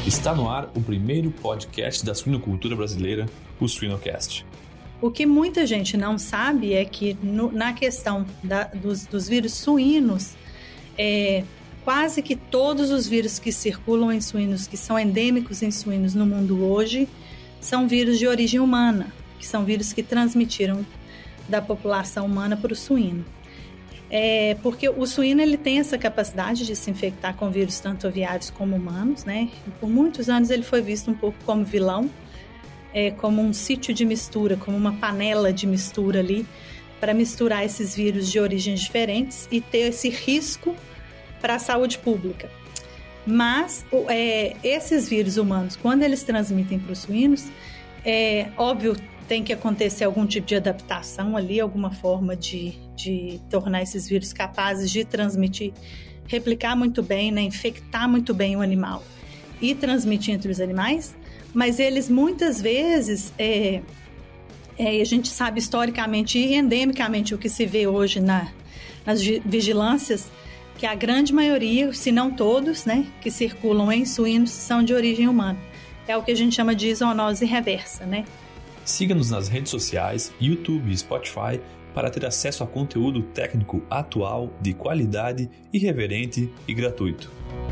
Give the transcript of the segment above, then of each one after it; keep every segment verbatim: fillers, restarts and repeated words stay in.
Está no ar o primeiro podcast da suinocultura brasileira, o Suinocast. O que muita gente não sabe é que no, na questão da, dos, dos vírus suínos, é, quase que todos os vírus que circulam em suínos, que são endêmicos em suínos no mundo hoje, são vírus de origem humana, que são vírus que transmitiram da população humana para o suíno. É, porque o suíno ele tem essa capacidade de se infectar com vírus tanto aviários como humanos, né? E por muitos anos ele foi visto um pouco como vilão, é, como um sítio de mistura, como uma panela de mistura ali, para misturar esses vírus de origens diferentes e ter esse risco para a saúde pública. Mas é, esses vírus humanos, quando eles transmitem para os suínos, é óbvio, tem que acontecer algum tipo de adaptação ali, alguma forma de, de tornar esses vírus capazes de transmitir, replicar muito bem, né, infectar muito bem o animal e transmitir entre os animais, mas eles muitas vezes, é, é, a gente sabe historicamente e endemicamente o que se vê hoje na, nas vigilâncias, que a grande maioria, se não todos, né, que circulam em suínos são de origem humana. É o que a gente chama de zoonose reversa, né? Siga-nos nas redes sociais, YouTube e Spotify para ter acesso a conteúdo técnico atual, de qualidade, irreverente e gratuito.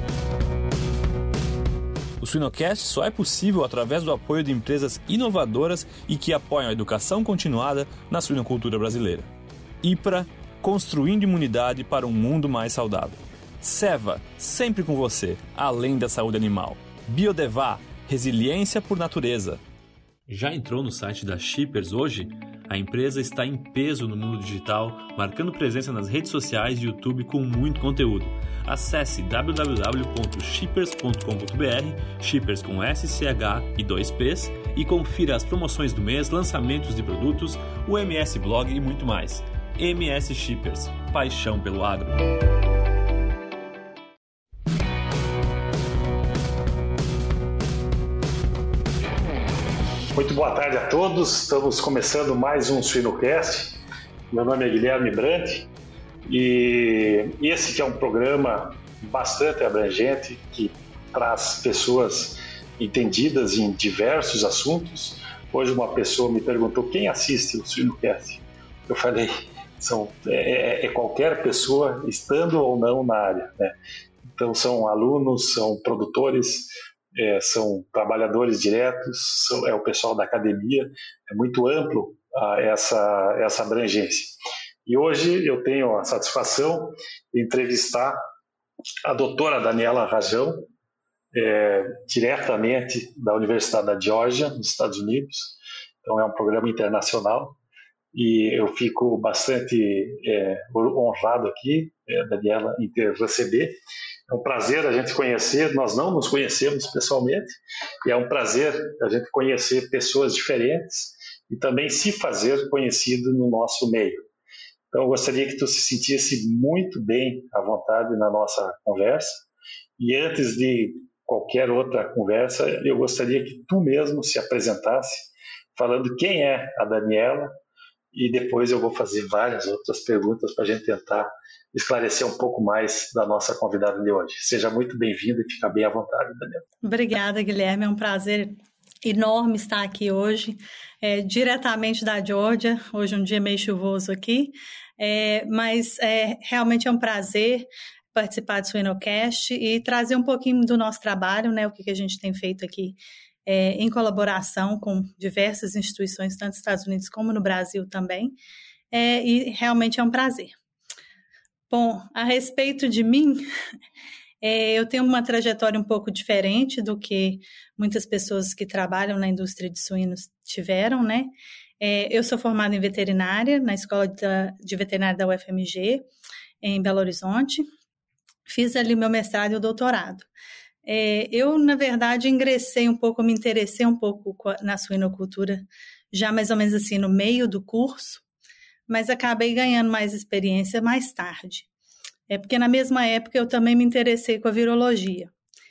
O Suinocast só é possível através do apoio de empresas inovadoras e que apoiam a educação continuada na suinocultura brasileira. IPRA, construindo imunidade para um mundo mais saudável. Seva, sempre com você, além da saúde animal. Biodevá, resiliência por natureza. Já entrou no site da Shippers hoje? A empresa está em peso no mundo digital, marcando presença nas redes sociais e YouTube com muito conteúdo. Acesse w w w ponto shippers ponto com ponto b r, Shippers com S C H e dois P's, e confira as promoções do mês, lançamentos de produtos, o M S Blog e muito mais. M S Shippers, paixão pelo agro. Muito boa tarde a todos, estamos começando mais um Suinocast. Meu nome é Guilherme Brandt e esse que é um programa bastante abrangente que traz pessoas entendidas em diversos assuntos. Hoje uma pessoa me perguntou quem assiste o Suinocast. Eu falei, são, é, é qualquer pessoa estando ou não na área, né? Então são alunos, são produtores, É, são trabalhadores diretos, são, é o pessoal da academia, é muito amplo ah, essa, essa abrangência. E hoje eu tenho a satisfação de entrevistar a doutora Daniela Rajão, é, diretamente da Universidade da Geórgia, nos Estados Unidos. Então é um programa internacional e eu fico bastante é, honrado aqui, é, Daniela, em ter receber. É um prazer a gente conhecer, nós não nos conhecemos pessoalmente, e é um prazer a gente conhecer pessoas diferentes e também se fazer conhecido no nosso meio. Então eu gostaria que tu se sentisse muito bem à vontade na nossa conversa, e antes de qualquer outra conversa, eu gostaria que tu mesmo se apresentasse, falando quem é a Daniela, e depois eu vou fazer várias outras perguntas para a gente tentar esclarecer um pouco mais da nossa convidada de hoje. Seja muito bem-vinda e fica bem à vontade, Daniela. Obrigada, Guilherme. É um prazer enorme estar aqui hoje, é, diretamente da Geórgia. Hoje é um dia meio chuvoso aqui, é, mas é, realmente é um prazer participar do Suinocast e trazer um pouquinho do nosso trabalho, né, o que, que a gente tem feito aqui é, em colaboração com diversas instituições, tanto nos Estados Unidos como no Brasil também, é, e realmente é um prazer. Bom, a respeito de mim, é, eu tenho uma trajetória um pouco diferente do que muitas pessoas que trabalham na indústria de suínos tiveram, né? É, eu sou formada em veterinária, na Escola de, de Veterinária da U F M G, em Belo Horizonte. Fiz ali meu mestrado e o doutorado. É, eu, na verdade, ingressei um pouco, me interessei um pouco na suinocultura, já mais ou menos assim no meio do curso, mas acabei ganhando mais experiência mais tarde. É porque na mesma época eu também me interessei com a virologia.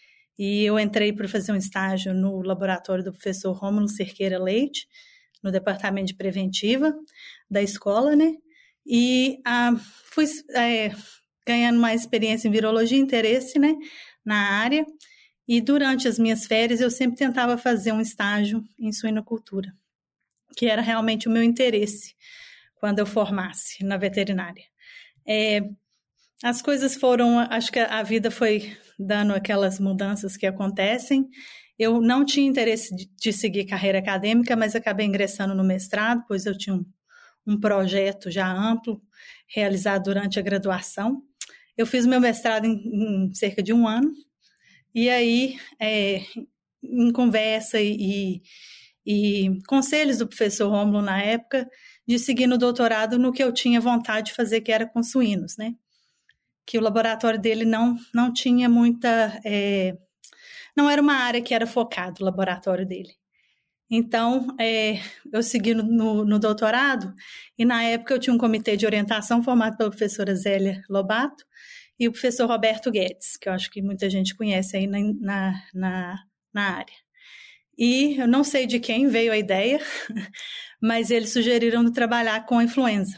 E eu entrei para fazer um estágio no laboratório do professor Rômulo Cerqueira Leite, no departamento de preventiva da escola, né? E ah, fui é, ganhando mais experiência em virologia, interesse, né, na área. E durante as minhas férias eu sempre tentava fazer um estágio em suinocultura, que era realmente o meu interesse quando eu formasse na veterinária. É, as coisas foram, acho que a vida foi dando aquelas mudanças que acontecem. Eu não tinha interesse de, de seguir carreira acadêmica, mas acabei ingressando no mestrado, pois eu tinha um, um projeto já amplo, realizado durante a graduação. Eu fiz meu mestrado em, em cerca de um ano, e aí, é, em conversa e, e, e conselhos do professor Rômulo na época, de seguir no doutorado no que eu tinha vontade de fazer, que era com suínos, né? Que o laboratório dele não, não tinha muita... É, não era uma área que era focada, o laboratório dele. Então, é, eu segui no, no, no doutorado, e na época eu tinha um comitê de orientação formado pela professora Zélia Lobato e o professor Roberto Guedes, que eu acho que muita gente conhece aí na, na, na, na área. E eu não sei de quem veio a ideia, mas eles sugeriram de trabalhar com a influenza,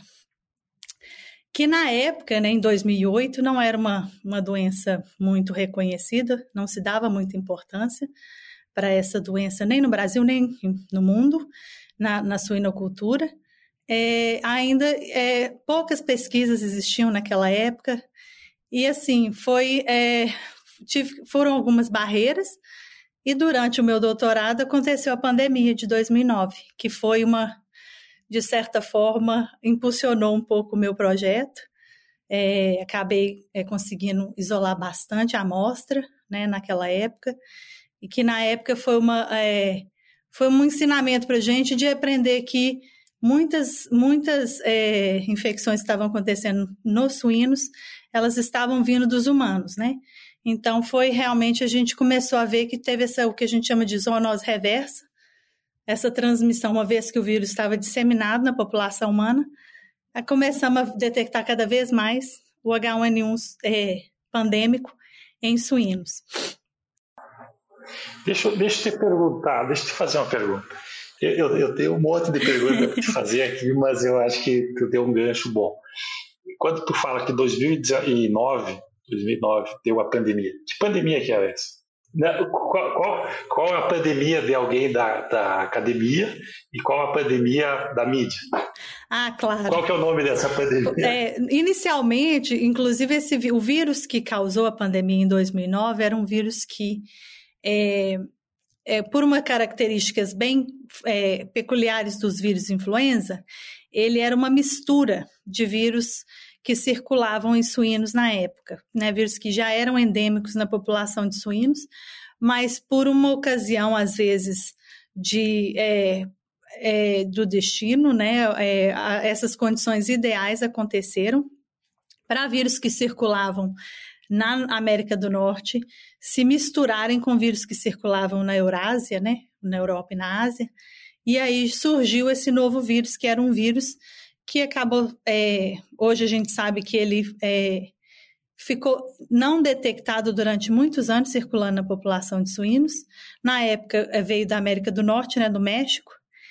que na época, né, em dois mil e oito, não era uma, uma doença muito reconhecida, não se dava muita importância para essa doença, nem no Brasil, nem no mundo, na, na suinocultura. É, ainda é, poucas pesquisas existiam naquela época, e assim, foi, é, tive, foram algumas barreiras, e durante o meu doutorado aconteceu a pandemia de dois mil e nove, que foi uma, de certa forma, impulsionou um pouco o meu projeto. É, acabei é, conseguindo isolar bastante a amostra, né, naquela época, e que na época foi, uma, é, foi um ensinamento para a gente de aprender que muitas, muitas é, infecções que estavam acontecendo nos suínos, elas estavam vindo dos humanos, né? Então, foi realmente, a gente começou a ver que teve essa, o que a gente chama de zoonose reversa, essa transmissão, uma vez que o vírus estava disseminado na população humana, começamos a detectar cada vez mais o H um N um é, pandêmico em suínos. Deixa, deixa eu te perguntar, deixa eu te fazer uma pergunta. Eu, eu, eu tenho um monte de perguntas para te fazer aqui, mas eu acho que tu deu um gancho bom. Quando tu fala que dois mil e nove, dois mil e nove deu a pandemia, que pandemia que é essa? Qual, qual, qual é a pandemia de alguém da, da academia e qual a pandemia da mídia? Ah, claro. Qual que é o nome dessa pandemia? É, inicialmente, inclusive, esse, o vírus que causou a pandemia em dois mil e nove era um vírus que, é, é, por uma características bem é, peculiares dos vírus influenza, ele era uma mistura de vírus que circulavam em suínos na época, né? Vírus que já eram endêmicos na população de suínos, mas por uma ocasião, às vezes, de, é, é, do destino, né? É, a, essas condições ideais aconteceram para vírus que circulavam na América do Norte se misturarem com vírus que circulavam na Eurásia, né? Na Europa e na Ásia, e aí surgiu esse novo vírus, que era um vírus que acabou, é, hoje a gente sabe que ele é, ficou não detectado durante muitos anos, circulando na população de suínos. Na época veio da América do Norte, né, do México,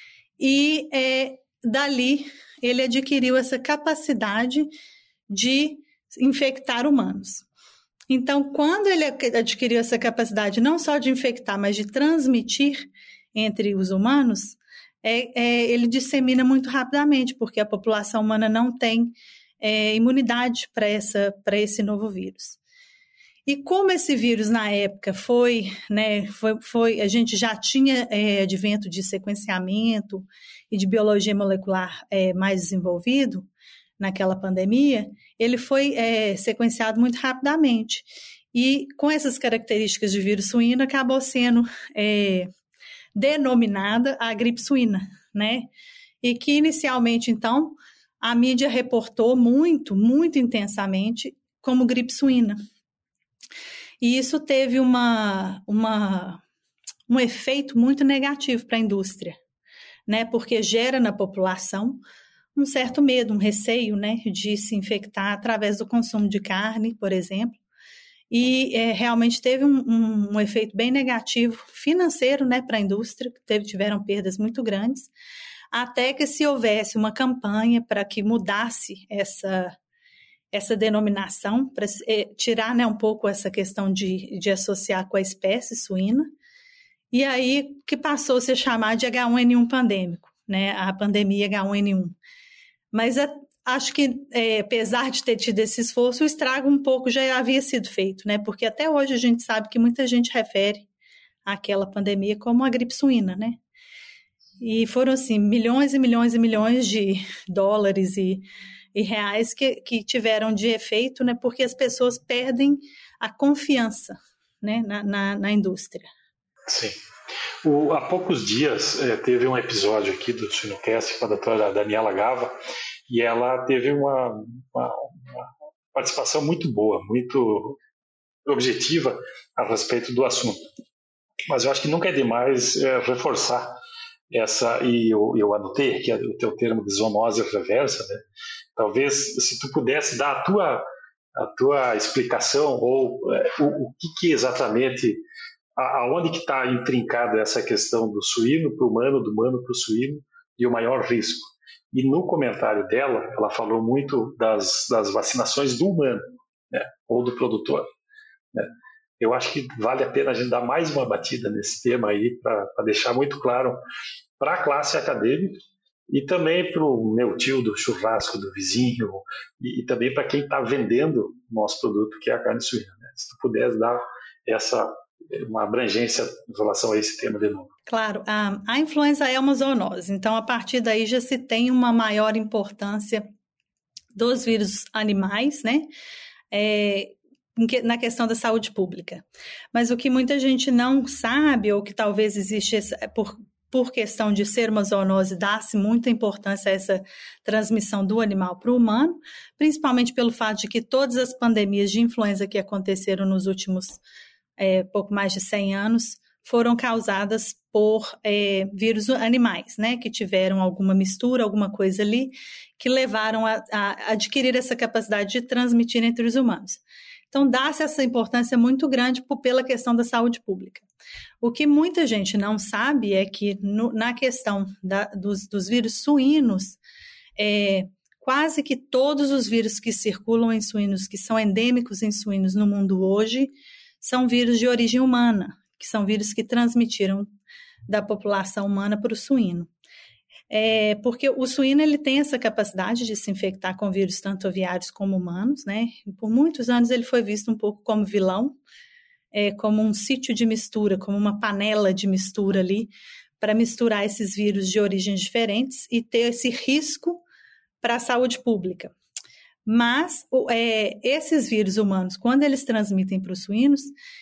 e é, dali ele adquiriu essa capacidade de infectar humanos. Então, quando ele adquiriu essa capacidade não só de infectar, mas de transmitir entre os humanos, É, é, ele dissemina muito rapidamente, porque a população humana não tem é, imunidade para essa, para esse novo vírus. E como esse vírus, na época, foi, né, foi, foi a gente já tinha é, advento de sequenciamento e de biologia molecular é, mais desenvolvido naquela pandemia, ele foi é, sequenciado muito rapidamente. E com essas características de vírus suíno, acabou sendo... É, denominada a gripe suína, né? E que inicialmente, então, a mídia reportou muito, muito intensamente como gripe suína. E isso teve uma, uma, um efeito muito negativo para a indústria, né? Porque gera na população um certo medo, um receio, né? De se infectar através do consumo de carne, por exemplo. E é, realmente teve um, um, um efeito bem negativo financeiro, né, para a indústria, teve, tiveram perdas muito grandes, até que se houvesse uma campanha para que mudasse essa, essa denominação, para é, tirar, né, um pouco essa questão de, de associar com a espécie suína, e aí que passou a se chamar de H um N um pandêmico, né, a pandemia H um N um. Mas a, acho que, é, apesar de ter tido esse esforço, o estrago um pouco já havia sido feito, né, porque até hoje a gente sabe que muita gente refere àquela pandemia como a gripe suína, né. E foram, assim, milhões e milhões e milhões de dólares e, e reais que, que tiveram de efeito, né, porque as pessoas perdem a confiança, né, na, na, na indústria. Sim. O, há poucos dias é, teve um episódio aqui do Suinocast com a doutora Daniela Gava, e ela teve uma, uma, uma participação muito boa, muito objetiva a respeito do assunto. Mas eu acho que nunca é demais é, reforçar essa, e eu, eu anotei aqui o teu termo de zoonose reversa, né? Talvez se tu pudesse dar a tua, a tua explicação, ou é, o, o que, que exatamente, aonde que está intrincada essa questão do suíno para o humano, do humano para o suíno, e o maior risco. E no comentário dela, ela falou muito das, das vacinações do humano, né? Ou do produtor, né? Eu acho que vale a pena a gente dar mais uma batida nesse tema aí, para deixar muito claro para a classe acadêmica e também para o meu tio do churrasco do vizinho, e, e também para quem está vendendo o nosso produto, que é a carne suína, né? Se tu pudesse dar essa, uma abrangência em relação a esse tema de novo. Claro, a, a influenza é uma zoonose, então a partir daí já se tem uma maior importância dos vírus animais, né? É, na questão da saúde pública. Mas o que muita gente não sabe, ou que talvez existe por, por questão de ser uma zoonose, dá-se muita importância a essa transmissão do animal para o humano, principalmente pelo fato de que todas as pandemias de influenza que aconteceram nos últimos é, pouco mais de cem anos foram causadas por é, vírus animais, né, que tiveram alguma mistura, alguma coisa ali, que levaram a, a adquirir essa capacidade de transmitir entre os humanos. Então, dá-se essa importância muito grande por, pela questão da saúde pública. O que muita gente não sabe é que no, na questão da, dos, dos vírus suínos, é, quase que todos os vírus que circulam em suínos, que são endêmicos em suínos no mundo hoje, são vírus de origem humana, que são vírus que transmitiram da população humana para o suíno. É, porque o suíno ele tem essa capacidade de se infectar com vírus tanto aviários como humanos, né? E por muitos anos ele foi visto um pouco como vilão, é, como um sítio de mistura, como uma panela de mistura ali, para misturar esses vírus de origens diferentes e ter esse risco para a saúde pública. Mas é, esses vírus humanos, quando eles transmitem para os suínos,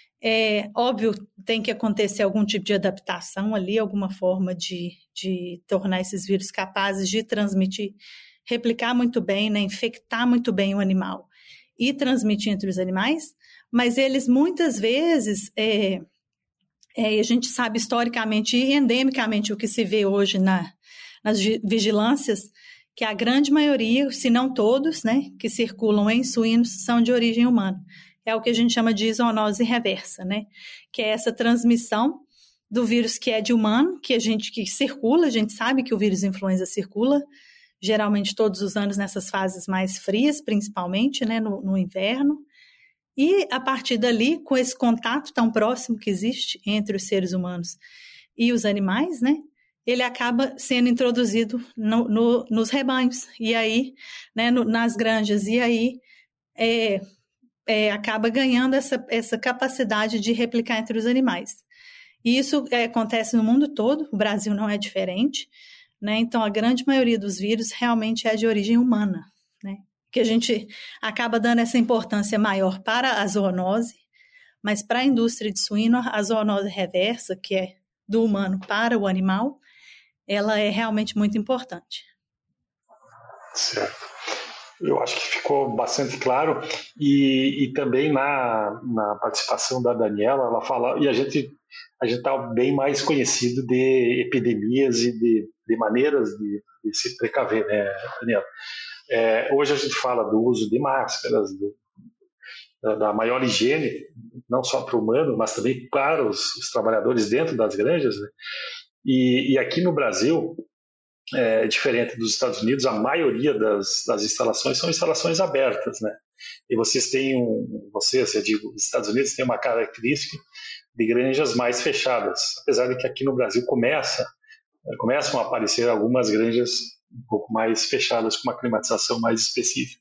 é óbvio, tem que acontecer algum tipo de adaptação ali, alguma forma de, de tornar esses vírus capazes de transmitir, replicar muito bem, né, infectar muito bem o animal e transmitir entre os animais, mas eles muitas vezes, é, é, a gente sabe historicamente e endemicamente o que se vê hoje na, nas vigilâncias, que a grande maioria, se não todos, né, que circulam em suínos são de origem humana. É o que a gente chama de zoonose reversa, né? Que é essa transmissão do vírus que é de humano, que a gente que circula, a gente sabe que o vírus influenza circula, geralmente todos os anos nessas fases mais frias, principalmente, né, no, no inverno. E a partir dali, com esse contato tão próximo que existe entre os seres humanos e os animais, né, ele acaba sendo introduzido no, no, nos rebanhos, e aí, né, no, nas granjas, e aí é, é, acaba ganhando essa, essa capacidade de replicar entre os animais. E isso é, acontece no mundo todo, o Brasil não é diferente, né? Então a grande maioria dos vírus realmente é de origem humana, né? Que a gente acaba dando essa importância maior para a zoonose, mas para a indústria de suíno, a zoonose reversa, que é do humano para o animal, ela é realmente muito importante. Certo. Eu acho que ficou bastante claro, e, e também na, na participação da Daniela, ela fala, e a gente a gente está bem mais conhecido de epidemias e de, de maneiras de, de se precaver, né, Daniela? É, hoje a gente fala do uso de máscaras, do, da, da maior higiene, não só para o humano, mas também para os, os trabalhadores dentro das granjas, né? E, e aqui no Brasil, é, diferente dos Estados Unidos, a maioria das, das instalações são instalações abertas, né? E vocês têm, um, vocês, eu digo, os Estados Unidos têm uma característica de granjas mais fechadas, apesar de que aqui no Brasil começa, começam a aparecer algumas granjas um pouco mais fechadas, com uma climatização mais específica.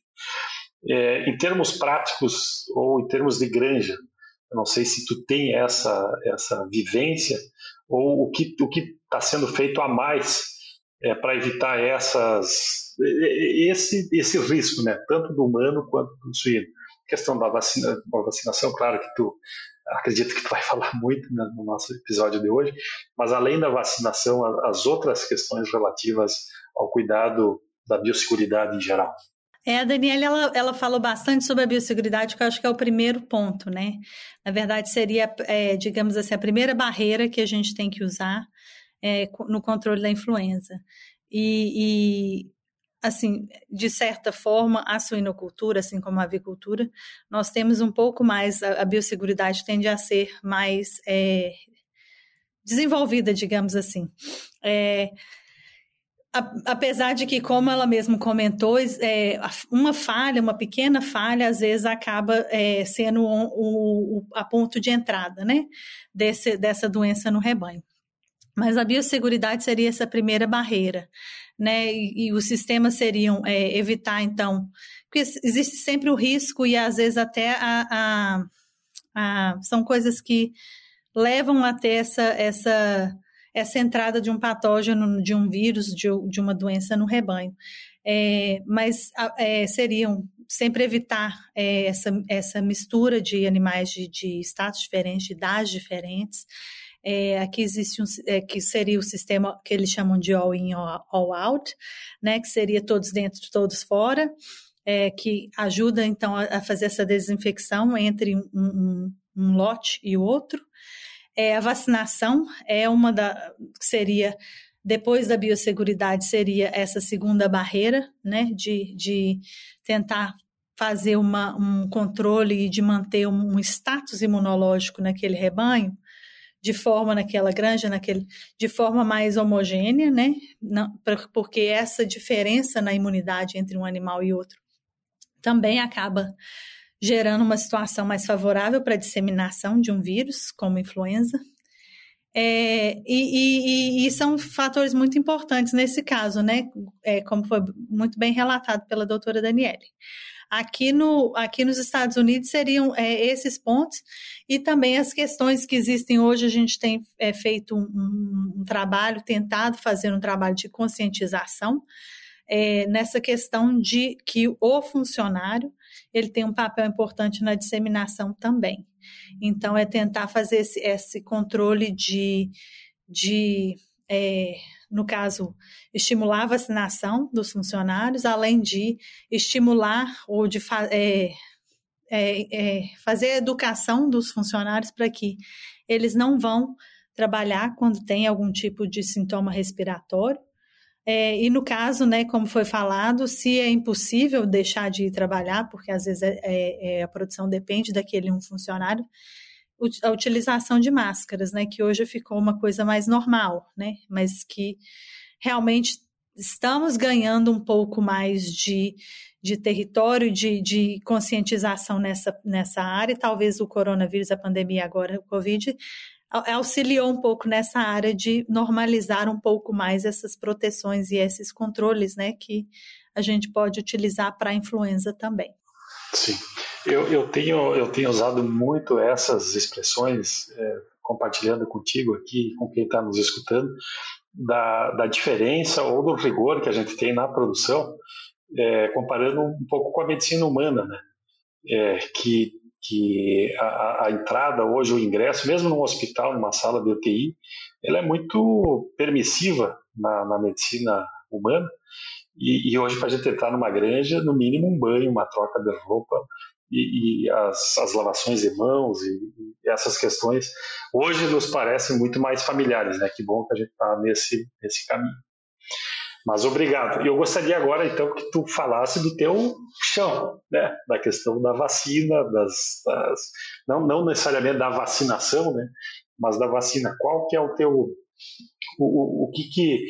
É, em termos práticos ou em termos de granja, eu não sei se tu tem essa, essa vivência ou o que o que está sendo feito a mais é, para evitar essas, esse, esse risco, né, tanto do humano quanto do suíno. A questão da, vacina, da vacinação, claro que tu acredito que tu vai falar muito no nosso episódio de hoje, mas além da vacinação, as outras questões relativas ao cuidado da biosseguridade em geral. É, a Daniela, ela, ela falou bastante sobre a biosseguridade, que eu acho que é o primeiro ponto, né? Na verdade, seria, é, digamos assim, a primeira barreira que a gente tem que usar é, no controle da influenza. E, e, assim, de certa forma, a suinocultura, assim como a avicultura, nós temos um pouco mais, a, a biosseguridade tende a ser mais é, desenvolvida, digamos assim. É, Apesar de que, como ela mesma comentou, é, uma falha, uma pequena falha, às vezes acaba é, sendo o, o, a ponto de entrada, né, desse, dessa doença no rebanho. Mas a biosseguridade seria essa primeira barreira, né, e, e os sistemas seriam é, evitar, então, porque existe sempre o risco e às vezes até a, a, a, são coisas que levam a ter essa... essa essa entrada de um patógeno, de um vírus, de, de uma doença no rebanho. É, mas é, seriam sempre evitar é, essa, essa mistura de animais de, de status diferentes, de idades diferentes. É, aqui existe um, é, que seria o sistema que eles chamam de all-in, all-out, né, que seria todos dentro, todos fora, é, que ajuda, então, a, a fazer essa desinfecção entre um, um, um lote e o outro. É, a vacinação é uma da, que seria, depois da biosseguridade, seria essa segunda barreira, né, de, de tentar fazer uma, um controle e de manter um, um status imunológico naquele rebanho, de forma naquela granja, naquele, de forma mais homogênea, né, não, porque essa diferença na imunidade entre um animal e outro também acaba gerando uma situação mais favorável para a disseminação de um vírus, como influenza. É, e, e, e são fatores muito importantes nesse caso, né? É, como foi muito bem relatado pela doutora Daniele. Aqui, no, aqui nos Estados Unidos seriam é, esses pontos e também as questões que existem hoje. A gente tem é, feito um, um, um trabalho, tentado fazer um trabalho de conscientização é, nessa questão de que o funcionário ele tem um papel importante na disseminação também. Então, é tentar fazer esse, esse controle de, de é, no caso, estimular a vacinação dos funcionários, além de estimular ou de fa- é, é, é, fazer a educação dos funcionários para que eles não vão trabalhar quando tem algum tipo de sintoma respiratório. É, e no caso, né, como foi falado, se é impossível deixar de ir trabalhar, porque às vezes é, é, a produção depende daquele um funcionário, a utilização de máscaras, né, que hoje ficou uma coisa mais normal, né, mas que realmente estamos ganhando um pouco mais de, de território, de, de conscientização nessa, nessa área, e talvez o coronavírus, a pandemia agora, o Covid, auxiliou um pouco nessa área de normalizar um pouco mais essas proteções e esses controles, né, que a gente pode utilizar para a influenza também. Sim, eu, eu, tenho, eu tenho usado muito essas expressões, é, compartilhando contigo aqui, com quem está nos escutando, da, da diferença ou do rigor que a gente tem na produção, é, comparando um pouco com a medicina humana, né, é, que que a, a entrada hoje, o ingresso, mesmo num hospital, numa sala de U T I, ela é muito permissiva na, na medicina humana, e, e hoje para a gente entrar numa granja, no mínimo um banho, uma troca de roupa, e, e as, as lavações de mãos, e, e essas questões, hoje nos parecem muito mais familiares, né? Que bom que a gente está nesse, nesse caminho. Mas obrigado. E eu gostaria agora, então, que tu falasse do teu chão, né? Da questão da vacina, das, das, não, não necessariamente da vacinação, né? Mas da vacina. Qual que é o teu, O, o, o que, que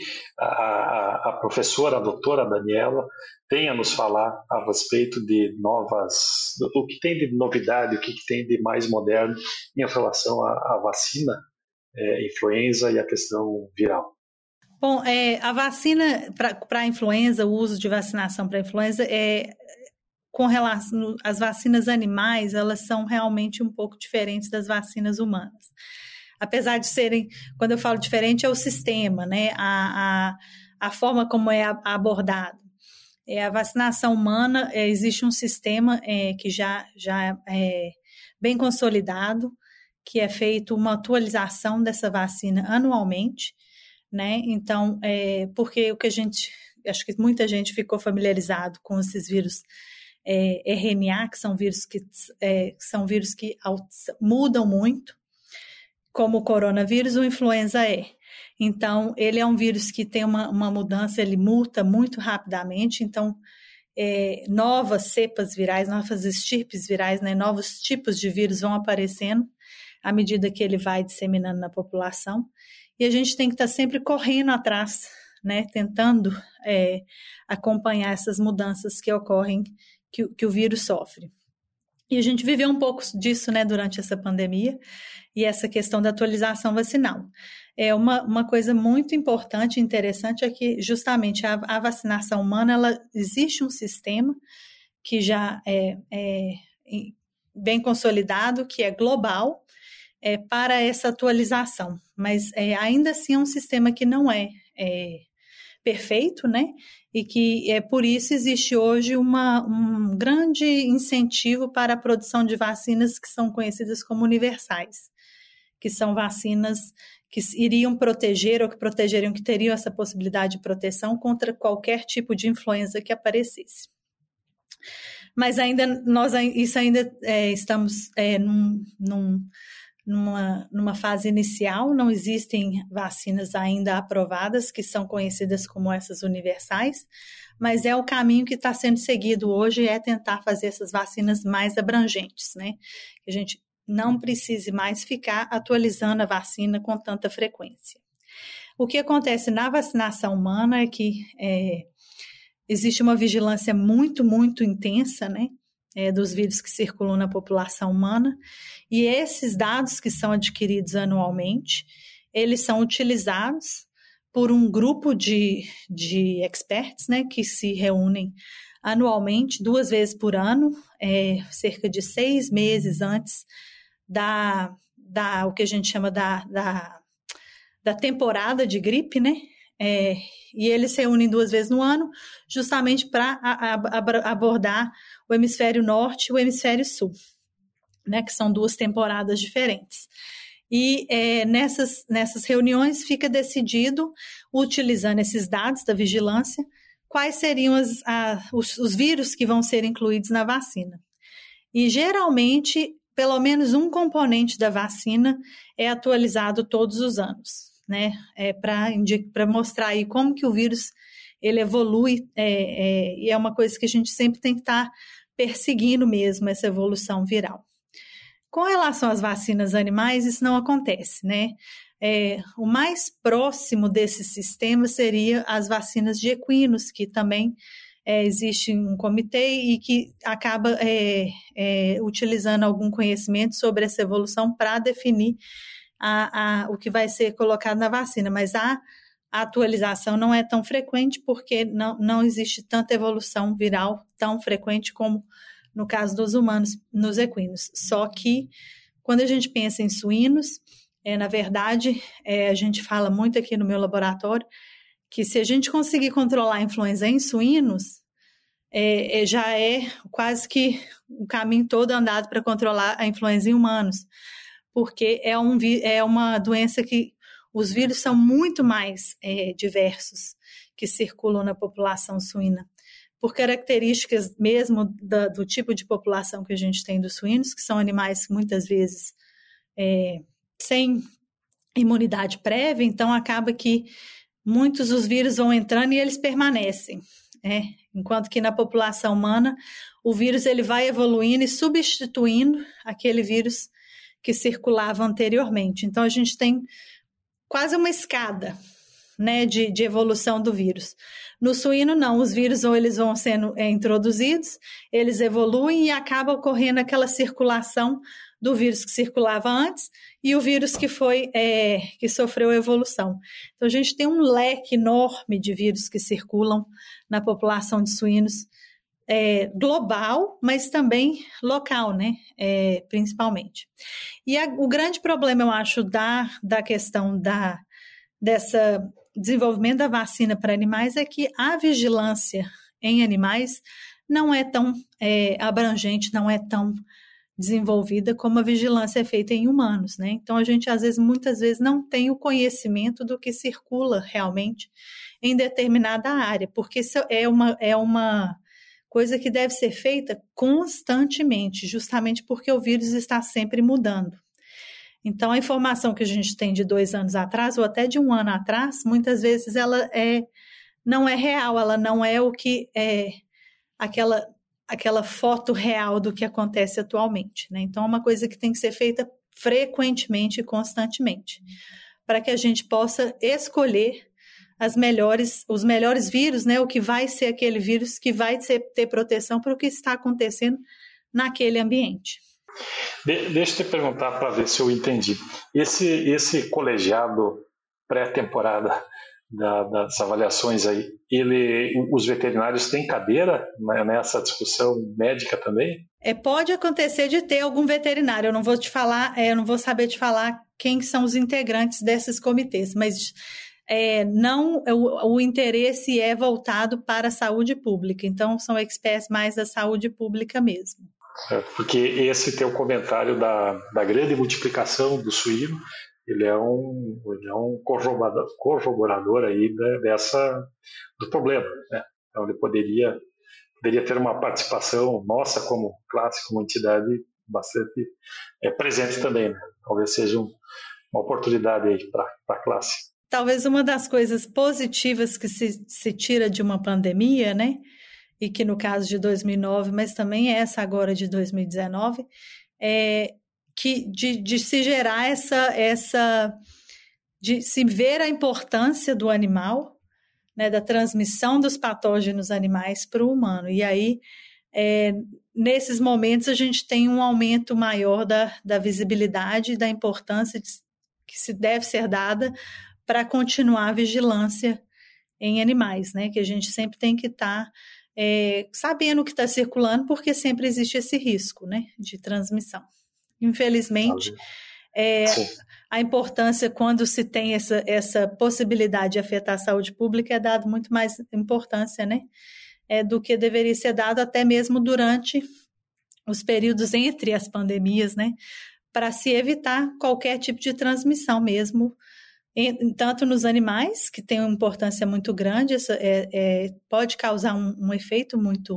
a, a professora, a doutora Daniela, tem a nos falar a respeito de novas, o que tem de novidade, o que, que tem de mais moderno em relação à, à vacina, é, influenza e a questão viral? Bom, é, a vacina para a influenza, o uso de vacinação para a influenza, é, com relação às vacinas animais, elas são realmente um pouco diferentes das vacinas humanas. Apesar de serem, quando eu falo diferente, é o sistema, né? A, a, a forma como é abordado. É, a vacinação humana, é, existe um sistema é, que já, já é bem consolidado, que é feito uma atualização dessa vacina anualmente, né? Então, é, porque o que a gente, acho que muita gente ficou familiarizado com esses vírus é, R N A, que são vírus que, é, são vírus que mudam muito, como o coronavírus, o influenza é. Então, ele é um vírus que tem uma, uma mudança, ele muta muito rapidamente, então, é, novas cepas virais, novas estirpes virais, né, novos tipos de vírus vão aparecendo à medida que ele vai disseminando na população, e a gente tem que estar sempre correndo atrás, né, tentando é, acompanhar essas mudanças que ocorrem, que, que o vírus sofre. E a gente viveu um pouco disso, né, durante essa pandemia e essa questão da atualização vacinal. É uma, uma coisa muito importante e interessante é que justamente a, a vacinação humana, ela, existe um sistema que já é, é bem consolidado, que é global, é, para essa atualização, mas é, ainda assim é um sistema que não é, é perfeito, né? E que é por isso existe hoje uma, um grande incentivo para a produção de vacinas que são conhecidas como universais, que são vacinas que iriam proteger ou que protegeriam, que teriam essa possibilidade de proteção contra qualquer tipo de influenza que aparecesse. Mas ainda nós isso ainda é, estamos é, num, num Numa, numa fase inicial, não existem vacinas ainda aprovadas, que são conhecidas como essas universais, mas é o caminho que está sendo seguido hoje, é tentar fazer essas vacinas mais abrangentes, né? Que a gente não precise mais ficar atualizando a vacina com tanta frequência. O que acontece na vacinação humana é que é, existe uma vigilância muito, muito intensa, né? É, dos vírus que circulam na população humana, e esses dados que são adquiridos anualmente, eles são utilizados por um grupo de, de experts, né, que se reúnem anualmente, duas vezes por ano, é, cerca de seis meses antes da, da o que a gente chama da, da, da temporada de gripe, né? É, e eles se reúnem duas vezes no ano, justamente para abordar o hemisfério norte e o hemisfério sul, né, que são duas temporadas diferentes. E é, nessas, nessas reuniões fica decidido, utilizando esses dados da vigilância, quais seriam as, a, os, os vírus que vão ser incluídos na vacina. E, geralmente, pelo menos um componente da vacina é atualizado todos os anos, né, é, para mostrar aí como que o vírus ele evolui, é, é, e é uma coisa que a gente sempre tem que estar perseguindo mesmo, essa evolução viral. Com relação às vacinas animais, isso não acontece, né? É, o mais próximo desse sistema seria as vacinas de equinos, que também é, existe um comitê e que acaba é, é, utilizando algum conhecimento sobre essa evolução para definir a, a, o que vai ser colocado na vacina, mas a A atualização não é tão frequente porque não, não existe tanta evolução viral tão frequente como no caso dos humanos, nos equinos. Só que quando a gente pensa em suínos, é, na verdade, é, a gente fala muito aqui no meu laboratório que se a gente conseguir controlar a influenza em suínos, é, é, já é quase que o caminho todo andado para controlar a influenza em humanos, porque é, um, é uma doença que os vírus são muito mais é, diversos que circulam na população suína, por características mesmo da, do tipo de população que a gente tem dos suínos, que são animais muitas vezes é, sem imunidade prévia, então acaba que muitos dos vírus vão entrando e eles permanecem, né? Enquanto que na população humana o vírus ele vai evoluindo e substituindo aquele vírus que circulava anteriormente. Então a gente tem quase uma escada, né, de, de evolução do vírus. No suíno, não. Os vírus ou eles vão sendo é, introduzidos, eles evoluem e acaba ocorrendo aquela circulação do vírus que circulava antes e o vírus que foi é, que sofreu evolução. Então, a gente tem um leque enorme de vírus que circulam na população de suínos, é, global, mas também local, né? É, principalmente. E a, o grande problema, eu acho, da, da questão da, dessa desenvolvimento da vacina para animais é que a vigilância em animais não é tão é, abrangente, não é tão desenvolvida como a vigilância é feita em humanos, né? Então, a gente, às vezes, muitas vezes, não tem o conhecimento do que circula realmente em determinada área, porque isso é uma, é uma coisa que deve ser feita constantemente, justamente porque o vírus está sempre mudando. Então, a informação que a gente tem de dois anos atrás, ou até de um ano atrás, muitas vezes ela é, não é real, ela não é o que é aquela... aquela foto real do que acontece atualmente, né? Então, é uma coisa que tem que ser feita frequentemente e constantemente, para que a gente possa escolher as melhores, os melhores vírus, né? O que vai ser aquele vírus que vai ser, ter proteção para o que está acontecendo naquele ambiente. De, deixa eu te perguntar para ver se eu entendi. Esse, esse colegiado pré-temporada Da, das avaliações aí, ele, os veterinários têm cadeira nessa discussão médica também? É, pode acontecer de ter algum veterinário, eu não vou te falar, é, eu não vou saber te falar quem são os integrantes desses comitês, mas é, não, o, o interesse é voltado para a saúde pública, então são experts mais da saúde pública mesmo. É, porque esse teu comentário da, da grande multiplicação do suíno, ele é um, ele é um corroborador, corroborador aí da, dessa, do problema, né? Então ele poderia, poderia ter uma participação nossa como classe, como entidade bastante é, presente também, né? Talvez seja um, uma oportunidade aí para a classe. Talvez uma das coisas positivas que se, se tira de uma pandemia, né? E que no caso de dois mil e nove, mas também essa agora de dois mil e dezenove, é que de, de se gerar essa, essa, de se ver a importância do animal, né, da transmissão dos patógenos animais para o humano. E aí, é, nesses momentos, a gente tem um aumento maior da, da visibilidade e da importância de, que se deve ser dada para continuar a vigilância em animais, né, que a gente sempre tem que estar tá, é, sabendo o que está circulando, porque sempre existe esse risco, né, de transmissão. Infelizmente, é, a importância quando se tem essa, essa possibilidade de afetar a saúde pública é dado muito mais importância, né, é, do que deveria ser dado até mesmo durante os períodos entre as pandemias, né, para se evitar qualquer tipo de transmissão mesmo, em, tanto nos animais, que tem uma importância muito grande, essa, é, é, pode causar um, um efeito muito...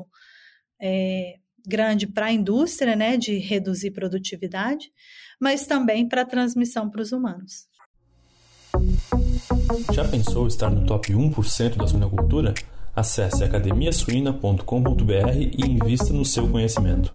É, grande para a indústria, né, de reduzir produtividade, mas também para a transmissão para os humanos. Já pensou estar no top um por cento da suinocultura? Acesse academia suína ponto com ponto b r e invista no seu conhecimento.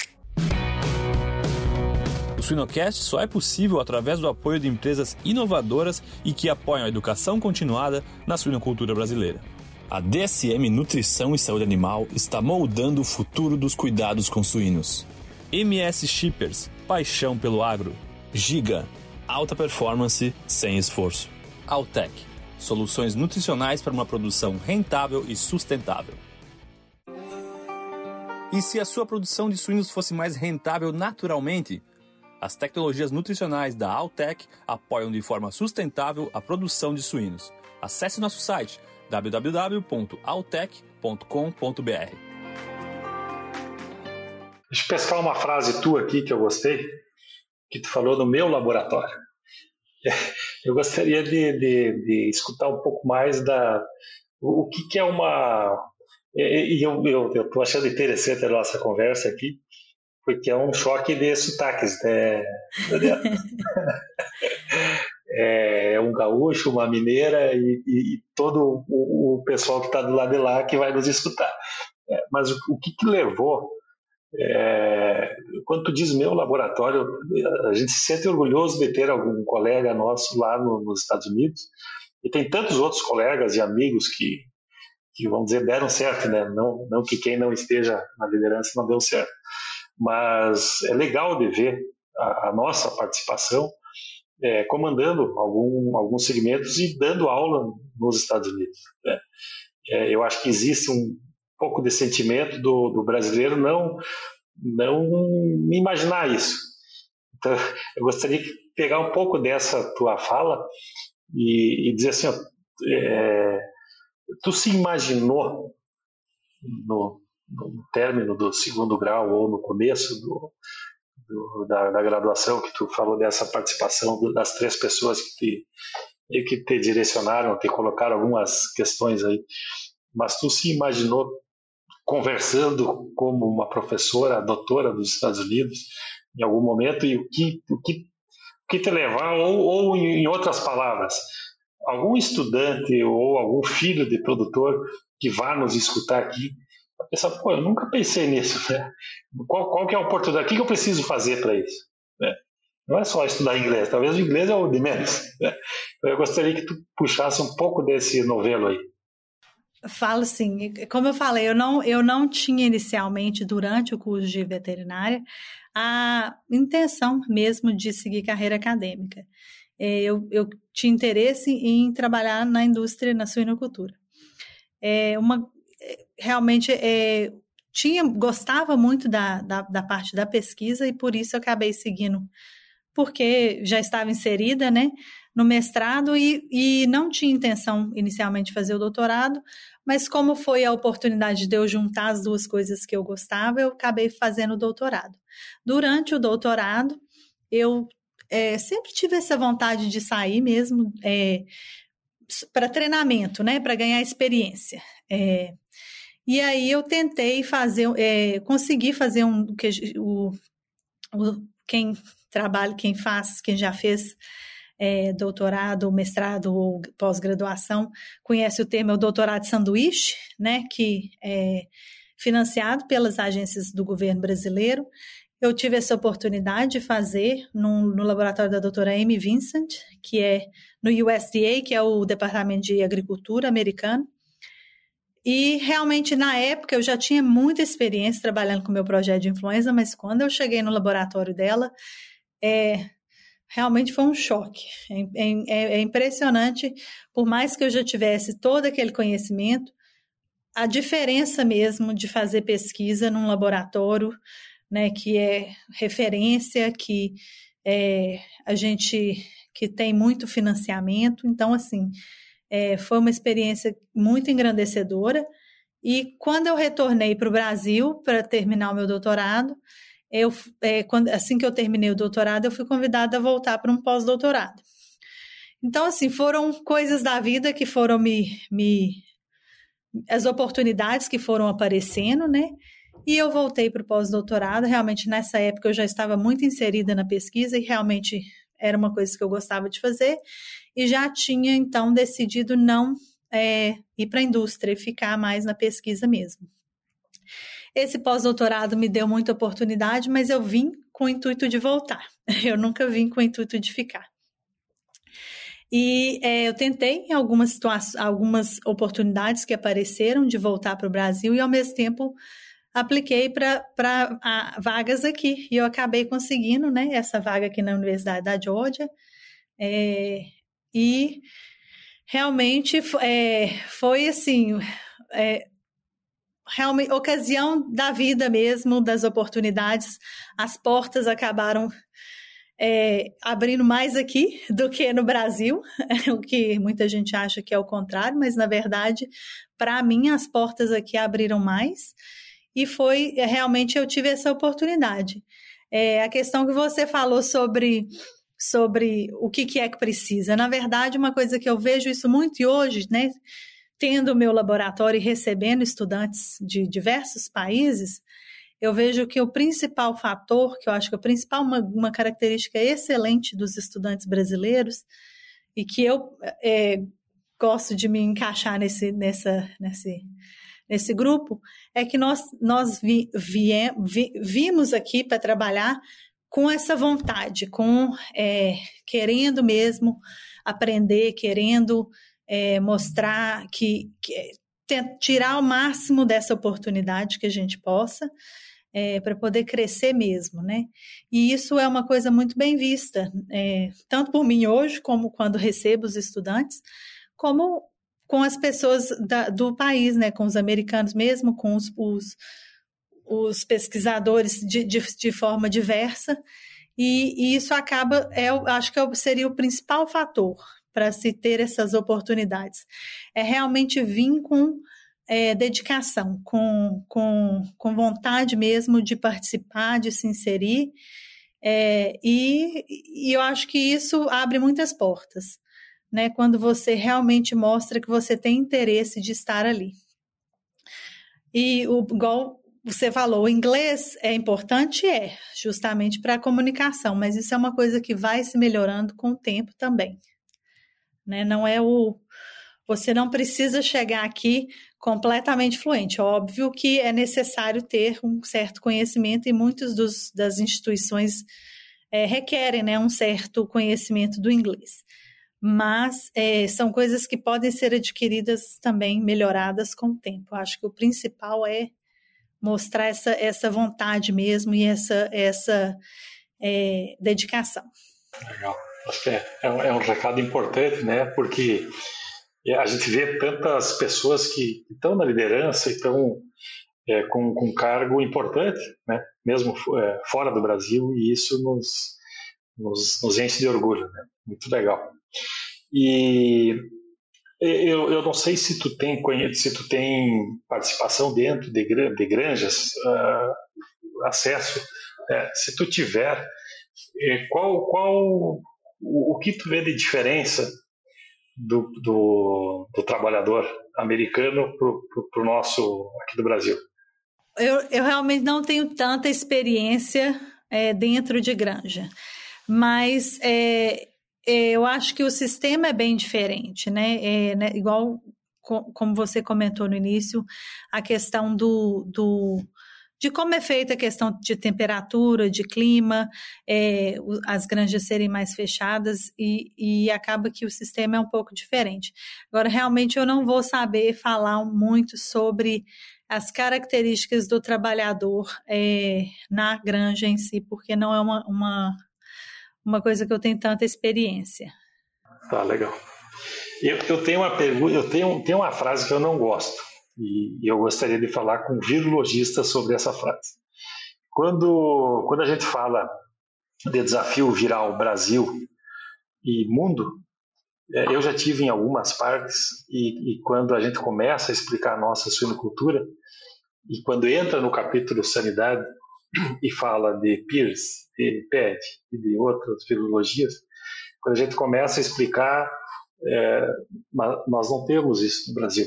O Suinocast só é possível através do apoio de empresas inovadoras e que apoiam a educação continuada na suinocultura brasileira. A D S M Nutrição e Saúde Animal está moldando o futuro dos cuidados com suínos. M S Shippers, paixão pelo agro. Giga, alta performance sem esforço. Altec, soluções nutricionais para uma produção rentável e sustentável. E se a sua produção de suínos fosse mais rentável naturalmente? As tecnologias nutricionais da Altec apoiam de forma sustentável a produção de suínos. Acesse nosso site w w w ponto altec ponto com ponto b r. Deixa eu pescar uma frase tua aqui que eu gostei, que tu falou no meu laboratório. Eu gostaria de, de, de escutar um pouco mais da o, o que, que é uma... E eu estou achando interessante a nossa conversa aqui, porque é um choque de sotaques, né? É um gaúcho, uma mineira e, e, e todo o, o pessoal que está do lado de lá que vai nos escutar. É, mas o, o que, que levou É, quando tu diz meu laboratório, a gente se sente orgulhoso de ter algum colega nosso lá no, nos Estados Unidos, e tem tantos outros colegas e amigos que, que vamos dizer, deram certo, né? Não, não que quem não esteja na liderança não deu certo, mas é legal de ver a, a nossa participação é, comandando algum, alguns segmentos e dando aula nos Estados Unidos, né? É, eu acho que existe um pouco de sentimento do, do brasileiro não, não imaginar isso. Então, eu gostaria de pegar um pouco dessa tua fala e, e dizer assim, ó, é, tu se imaginou no, no término do segundo grau ou no começo do, do, da, da graduação, que tu falou dessa participação das três pessoas que te, que te direcionaram, te colocaram algumas questões aí, mas tu se imaginou conversando como uma professora, doutora dos Estados Unidos, em algum momento, e o que, o que, o que te levar, ou, ou em outras palavras, algum estudante ou algum filho de produtor que vá nos escutar aqui, vai pensar, pô, eu nunca pensei nisso, né? Qual, qual que é a oportunidade? O que, que eu preciso fazer para isso? Né? Não é só estudar inglês, talvez o inglês é o de menos, né? Então eu gostaria que tu puxasse um pouco desse novelo aí. Falo assim, como eu falei, eu não, eu não tinha inicialmente, durante o curso de veterinária, a intenção mesmo de seguir carreira acadêmica. Eu, eu tinha interesse em trabalhar na indústria, na suinocultura. É uma, realmente, é, tinha, gostava muito da, da, da parte da pesquisa e por isso eu acabei seguindo, porque já estava inserida, né, no mestrado e, e não tinha intenção inicialmente de fazer o doutorado, mas como foi a oportunidade de eu juntar as duas coisas que eu gostava, eu acabei fazendo o doutorado. Durante o doutorado, eu é, sempre tive essa vontade de sair mesmo é, para treinamento, né, para ganhar experiência. É, e aí eu tentei fazer, é, consegui fazer um, o, o, quem trabalha, quem faz, quem já fez É, doutorado, mestrado ou pós-graduação, conhece o termo é o doutorado de sanduíche, né, que é financiado pelas agências do governo brasileiro. Eu tive essa oportunidade de fazer no, no laboratório da doutora Amy Vincent, que é no U S D A, que é o Departamento de Agricultura americano. E realmente, na época, eu já tinha muita experiência trabalhando com o meu projeto de influenza, mas quando eu cheguei no laboratório dela, é... realmente foi um choque. É, é, é impressionante, por mais que eu já tivesse todo aquele conhecimento, a diferença mesmo de fazer pesquisa num laboratório, né, que é referência, que é, a gente que tem muito financiamento. Então, assim, é, foi uma experiência muito engrandecedora. E quando eu retornei para o Brasil para terminar o meu doutorado, Eu, é, quando, assim que eu terminei o doutorado, eu fui convidada a voltar para um pós-doutorado. Então, assim, foram coisas da vida que foram me, me... as oportunidades que foram aparecendo, né? E eu voltei para o pós-doutorado. Realmente, nessa época, eu já estava muito inserida na pesquisa e realmente era uma coisa que eu gostava de fazer. E já tinha, então, decidido não é, ir para a indústria e ficar mais na pesquisa mesmo. Esse pós-doutorado me deu muita oportunidade, mas eu vim com o intuito de voltar. Eu nunca vim com o intuito de ficar. E é, eu tentei algumas situações, algumas oportunidades que apareceram de voltar para o Brasil e, ao mesmo tempo, apliquei para vagas aqui. E eu acabei conseguindo, né, essa vaga aqui na Universidade da Georgia. É, e realmente é, foi assim... É, realmente, ocasião da vida mesmo, das oportunidades, as portas acabaram é, abrindo mais aqui do que no Brasil, o que muita gente acha que é o contrário, mas na verdade, para mim, as portas aqui abriram mais e foi, realmente eu tive essa oportunidade. É, a questão que você falou sobre, sobre o que, que é que precisa, na verdade, uma coisa que eu vejo isso muito e hoje, né, tendo o meu laboratório e recebendo estudantes de diversos países, eu vejo que o principal fator, que eu acho que a principal, uma, uma característica excelente dos estudantes brasileiros, e que eu é, gosto de me encaixar nesse, nessa, nesse, nesse grupo, é que nós, nós vi, vie, vi, vimos aqui para trabalhar com essa vontade, com é, querendo mesmo aprender, querendo é, mostrar que, que tirar o máximo dessa oportunidade que a gente possa, é, para poder crescer mesmo, né? E isso é uma coisa muito bem vista, é, tanto por mim hoje, como quando recebo os estudantes, como com as pessoas da, do país, né? Com os americanos mesmo, com os, os, os pesquisadores de, de, de forma diversa, e, e isso acaba, é, acho que seria o principal fator para se ter essas oportunidades, é realmente vir com é, dedicação, com, com, com vontade mesmo de participar, de se inserir, é, e, e eu acho que isso abre muitas portas, né? Quando você realmente mostra que você tem interesse de estar ali. E o, igual você falou, o inglês é importante, é, justamente para a comunicação, mas isso é uma coisa que vai se melhorando com o tempo também. Né? Não é o... Você não precisa chegar aqui completamente fluente. Óbvio que é necessário ter um certo conhecimento e muitas dos, das instituições é, requerem, né, um certo conhecimento do inglês. Mas é, são coisas que podem ser adquiridas também, melhoradas com o tempo. Acho que o principal é mostrar essa, essa vontade mesmo e essa, essa é, dedicação. Legal. Acho que é, é, um, é um recado importante, né? Porque a gente vê tantas pessoas que estão na liderança e estão é, com, com um cargo importante, né? Mesmo é, fora do Brasil, e isso nos, nos, nos enche de orgulho, né? Muito legal. E eu, eu não sei se tu tem, se tu tem participação dentro de, de granjas, uh, acesso, é, se tu tiver, qual, qual o, o que tu vê de diferença do, do, do trabalhador americano para o nosso aqui do Brasil? Eu, eu realmente não tenho tanta experiência é, dentro de granja, mas é, eu acho que o sistema é bem diferente, né? É, né? Igual co- como você comentou no início, a questão do, do, de como é feita a questão de temperatura, de clima, é, as granjas serem mais fechadas e, e acaba que o sistema é um pouco diferente. Agora, realmente, eu não vou saber falar muito sobre as características do trabalhador é, na granja em si, porque não é uma... uma uma coisa que eu tenho tanta experiência. Tá, legal. Eu, eu tenho uma pergunta, eu tenho, tenho uma frase que eu não gosto, e, e eu gostaria de falar com um virologista sobre essa frase. Quando, quando a gente fala de desafio viral Brasil e mundo, é, eu já tive em algumas partes, e, e quando a gente começa a explicar a nossa suinocultura, e quando entra no capítulo sanidade, e fala de P I R S, de P E D e de outras virologias, quando a gente começa a explicar, é, nós não temos isso no Brasil.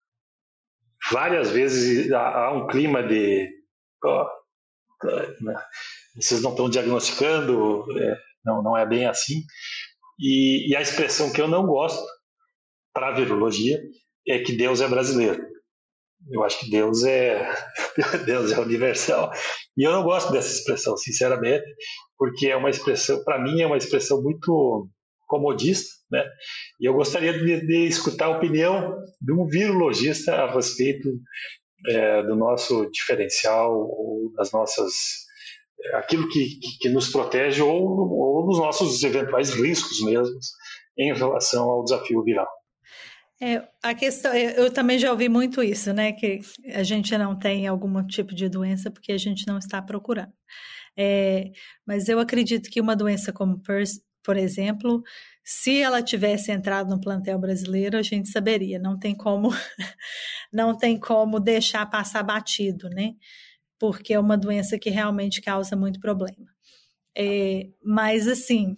Várias vezes há um clima de oh, vocês não estão diagnosticando, é, não, não é bem assim, e, e a expressão que eu não gosto para a virologia é que Deus é brasileiro. Eu acho que Deus é Deus é universal. E eu não gosto dessa expressão, sinceramente, porque é uma expressão, para mim, é uma expressão muito comodista, né? E eu gostaria de, de escutar a opinião de um virologista a respeito é, do nosso diferencial, ou das nossas, aquilo que, que, que nos protege, ou, ou dos nossos eventuais riscos mesmos em relação ao desafio viral. É, a questão, eu também já ouvi muito isso, né, que a gente não tem algum tipo de doença porque a gente não está procurando. É, mas eu acredito que uma doença como P I R S, por exemplo, se ela tivesse entrado no plantel brasileiro, a gente saberia. Não tem como, não tem como deixar passar batido, né, porque é uma doença que realmente causa muito problema. É, mas assim...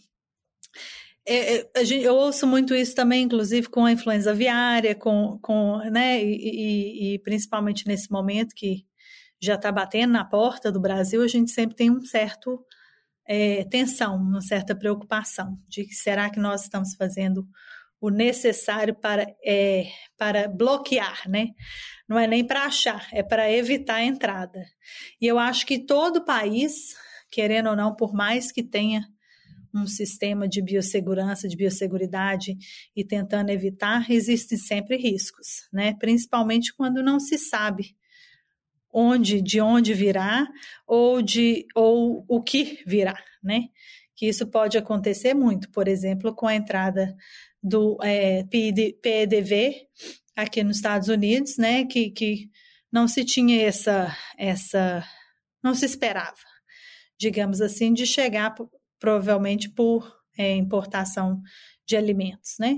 É, a gente, eu ouço muito isso também, inclusive com a influenza aviária, com, com, né, e, e, e principalmente nesse momento que já está batendo na porta do Brasil, a gente sempre tem um certo é, tensão, uma certa preocupação de que será que nós estamos fazendo o necessário para, é, para bloquear, né? Não é nem para achar, é para evitar a entrada. E eu acho que todo país, querendo ou não, por mais que tenha um sistema de biossegurança, de biosseguridade e tentando evitar, existem sempre riscos, né? Principalmente quando não se sabe onde, de onde virá ou, de, ou o que virá, né? Que isso pode acontecer muito, por exemplo, com a entrada do é, P E D V aqui nos Estados Unidos, né? Que, que não se tinha essa, essa, não se esperava, digamos assim, de chegar provavelmente por é, importação de alimentos, né?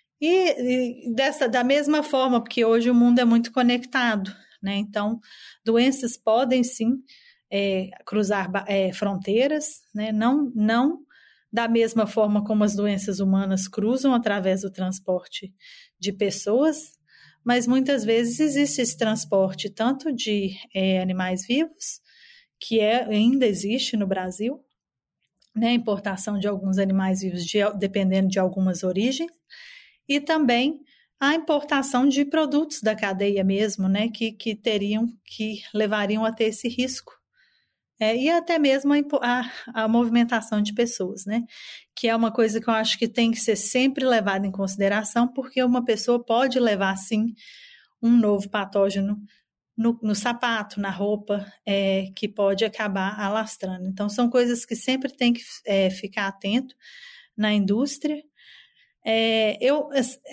E, e dessa, da mesma forma, porque hoje o mundo é muito conectado, né? Então, doenças podem sim é, cruzar é, fronteiras, né? Não, não da mesma forma como as doenças humanas cruzam através do transporte de pessoas, mas muitas vezes existe esse transporte tanto de é, animais vivos, que é, ainda existe no Brasil, né, importação de alguns animais vivos, de, dependendo de algumas origens, e também a importação de produtos da cadeia mesmo, né, que, que teriam, que levariam a ter esse risco. É, e até mesmo a, a, a movimentação de pessoas, né, que é uma coisa que eu acho que tem que ser sempre levada em consideração, porque uma pessoa pode levar, sim, um novo patógeno No, no sapato, na roupa, é, que pode acabar alastrando. Então, são coisas que sempre tem que é, ficar atento na indústria. É, eu,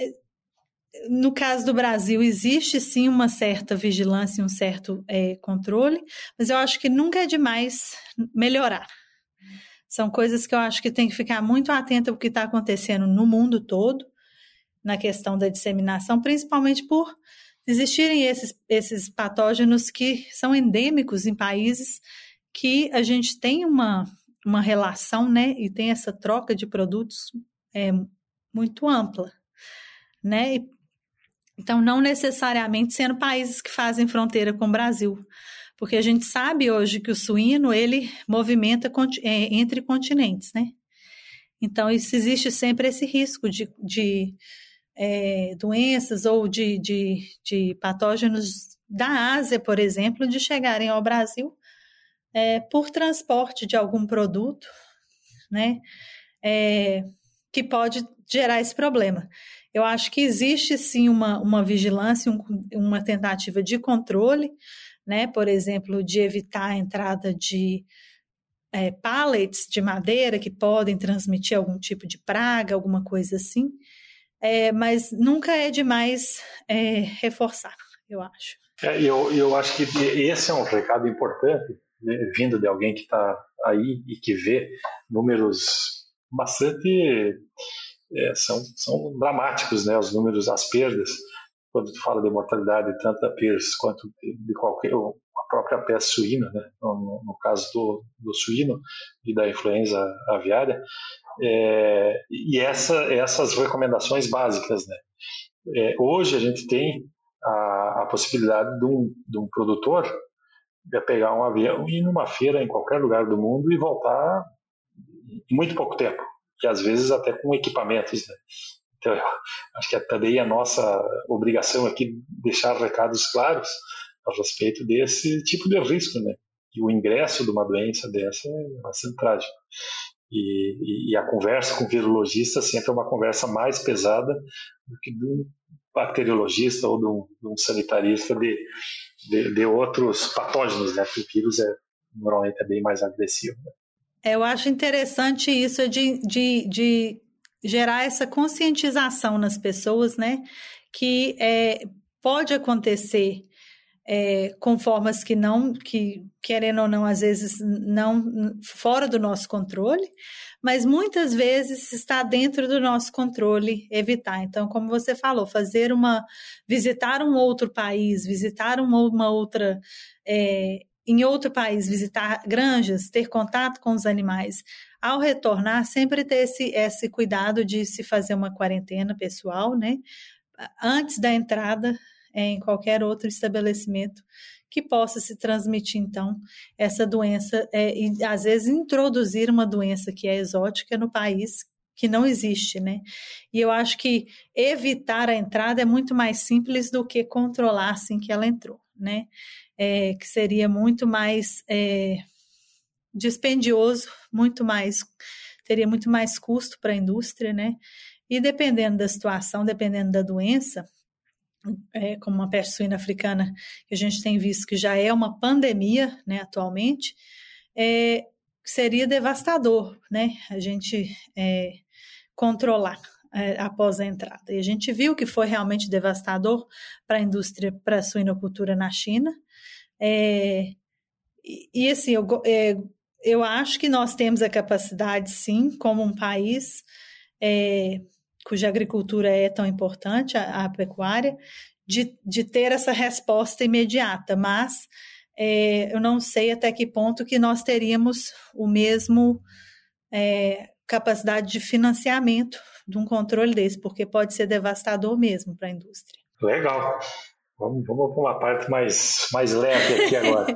no caso do Brasil, existe sim uma certa vigilância, um certo é, controle, mas eu acho que nunca é demais melhorar. São coisas que eu acho que tem que ficar muito atento ao que está acontecendo no mundo todo, na questão da disseminação, principalmente por existirem esses, esses patógenos que são endêmicos em países que a gente tem uma, uma relação, né, e tem essa troca de produtos é, muito ampla, né? E, então, não necessariamente sendo países que fazem fronteira com o Brasil, porque a gente sabe hoje que o suíno, ele movimenta é, entre continentes, né? Então, isso, existe sempre esse risco de... de É, doenças ou de, de, de patógenos da Ásia, por exemplo, de chegarem ao Brasil é, por transporte de algum produto, né, é, que pode gerar esse problema. Eu acho que existe sim uma, uma vigilância, um, uma tentativa de controle, né, por exemplo, de evitar a entrada de é, pallets de madeira que podem transmitir algum tipo de praga, alguma coisa assim. É, mas nunca é demais é, reforçar, eu acho. É, eu, eu acho que esse é um recado importante, né, vindo de alguém que está aí e que vê números bastante... É, são, são dramáticos, né, os números, as perdas, quando tu fala de mortalidade, tanto da PIRS quanto de, de qualquer... a própria peste suína, né, no, no caso do, do suíno e da influenza aviária. É, e essa, essas recomendações básicas, né? É, hoje a gente tem a, a possibilidade de um, de um produtor de pegar um avião e ir numa feira em qualquer lugar do mundo e voltar em muito pouco tempo, e às vezes até com equipamentos, né? Então, eu acho que é também a nossa obrigação aqui deixar recados claros a respeito desse tipo de risco, né? E o ingresso de uma doença dessa é bastante trágico. E, e a conversa com o virologista sempre é uma conversa mais pesada do que de um bacteriologista ou de um, de um sanitarista de, de, de outros patógenos, né? Porque o vírus é, normalmente é bem mais agressivo, né? Eu acho interessante isso de, de, de gerar essa conscientização nas pessoas, né? Que é, pode acontecer É, com formas que não, que querendo ou não, às vezes não, fora do nosso controle, mas muitas vezes está dentro do nosso controle evitar. Então, como você falou, fazer uma, visitar um outro país, visitar uma, uma outra, é, em outro país, visitar granjas, ter contato com os animais. Ao retornar, sempre ter esse, esse cuidado de se fazer uma quarentena pessoal, né? Antes da entrada em qualquer outro estabelecimento que possa se transmitir, então, essa doença é, e às vezes introduzir uma doença que é exótica no país que não existe, né? E eu acho que evitar a entrada é muito mais simples do que controlar assim que ela entrou, né? É, que seria muito mais é, dispendioso, muito mais, teria muito mais custo para a indústria, né? E dependendo da situação, dependendo da doença, é, como uma peste suína africana, que a gente tem visto que já é uma pandemia, né, atualmente, é, seria devastador, né? A gente é, controlar é, após a entrada. E a gente viu que foi realmente devastador para a indústria, para a suinocultura na China. É, e, e, assim, eu, é, eu acho que nós temos a capacidade, sim, como um país é, cuja agricultura é tão importante, a, a pecuária, de, de ter essa resposta imediata, mas é, eu não sei até que ponto que nós teríamos o mesmo é, capacidade de financiamento de um controle desse, porque pode ser devastador mesmo para a indústria. Legal. Vamos, vamos para uma parte mais, mais leve aqui agora.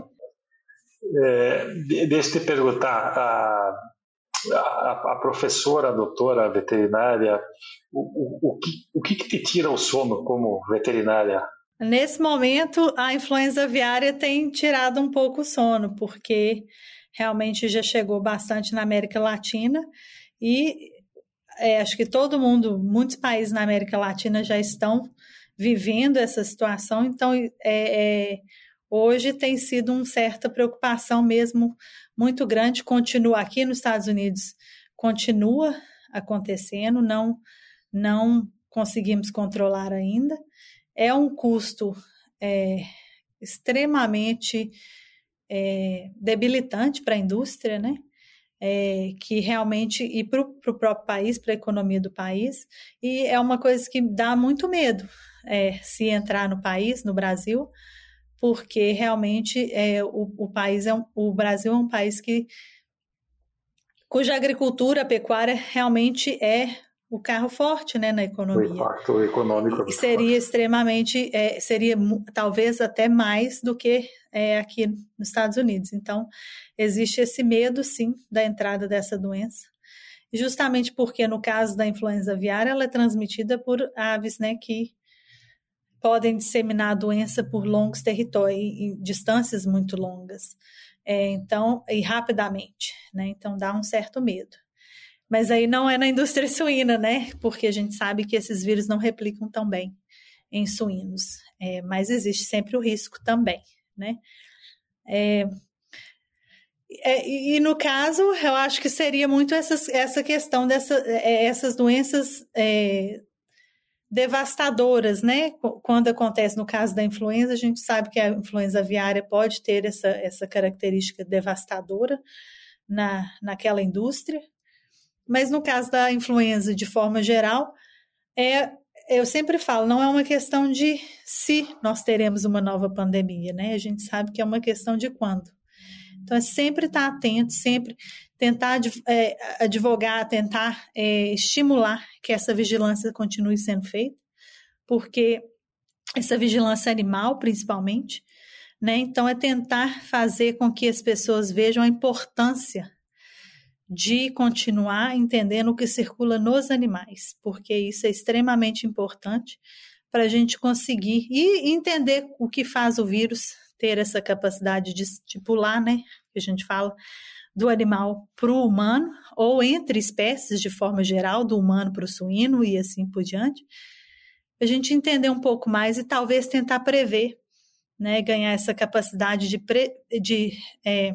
é, deixa eu te perguntar, a, a, a professora, a doutora veterinária, o, o, o, que, o que te tira o sono como veterinária? Nesse momento, a influenza aviária tem tirado um pouco o sono, porque realmente já chegou bastante na América Latina e é, acho que todo mundo, muitos países na América Latina já estão vivendo essa situação, então é, é, hoje tem sido uma certa preocupação mesmo muito grande, continua aqui nos Estados Unidos, continua acontecendo, não, não conseguimos controlar ainda, é um custo é, extremamente é, debilitante para a indústria, né? É, que realmente, e para o próprio país, para a economia do país, e é uma coisa que dá muito medo é, se entrar no país, no Brasil, porque realmente é, o, o, país é um, o Brasil é um país que, cuja agricultura, a pecuária realmente é o carro forte, né, na economia. O impacto econômico é muito seria forte. extremamente, é, seria talvez até mais do que é, aqui nos Estados Unidos. Então, existe esse medo, sim, da entrada dessa doença. Justamente porque, no caso da influenza aviária, ela é transmitida por aves, né, que podem disseminar a doença por longos territórios, em distâncias muito longas. É, então, e rapidamente, né? Então, dá um certo medo. Mas aí não é na indústria suína, né? Porque a gente sabe que esses vírus não replicam tão bem em suínos. É, mas existe sempre o risco também, né? É, é, e no caso, eu acho que seria muito essa, essa questão dessas essas doenças é, devastadoras, né? Quando acontece no caso da influenza, a gente sabe que a influenza aviária pode ter essa, essa característica devastadora na, naquela indústria. Mas no caso da influenza, de forma geral, é, eu sempre falo, não é uma questão de se nós teremos uma nova pandemia, né? A gente sabe que é uma questão de quando. Então, é sempre estar atento, sempre tentar é, advogar, tentar é, estimular que essa vigilância continue sendo feita, porque essa vigilância animal, principalmente, né? Então, é tentar fazer com que as pessoas vejam a importância de continuar entendendo o que circula nos animais, porque isso é extremamente importante para a gente conseguir e entender o que faz o vírus ter essa capacidade de, de pular, né, que a gente fala, do animal para o humano, ou entre espécies de forma geral, do humano para o suíno e assim por diante, a gente entender um pouco mais e talvez tentar prever, né, ganhar essa capacidade de, pre, de é,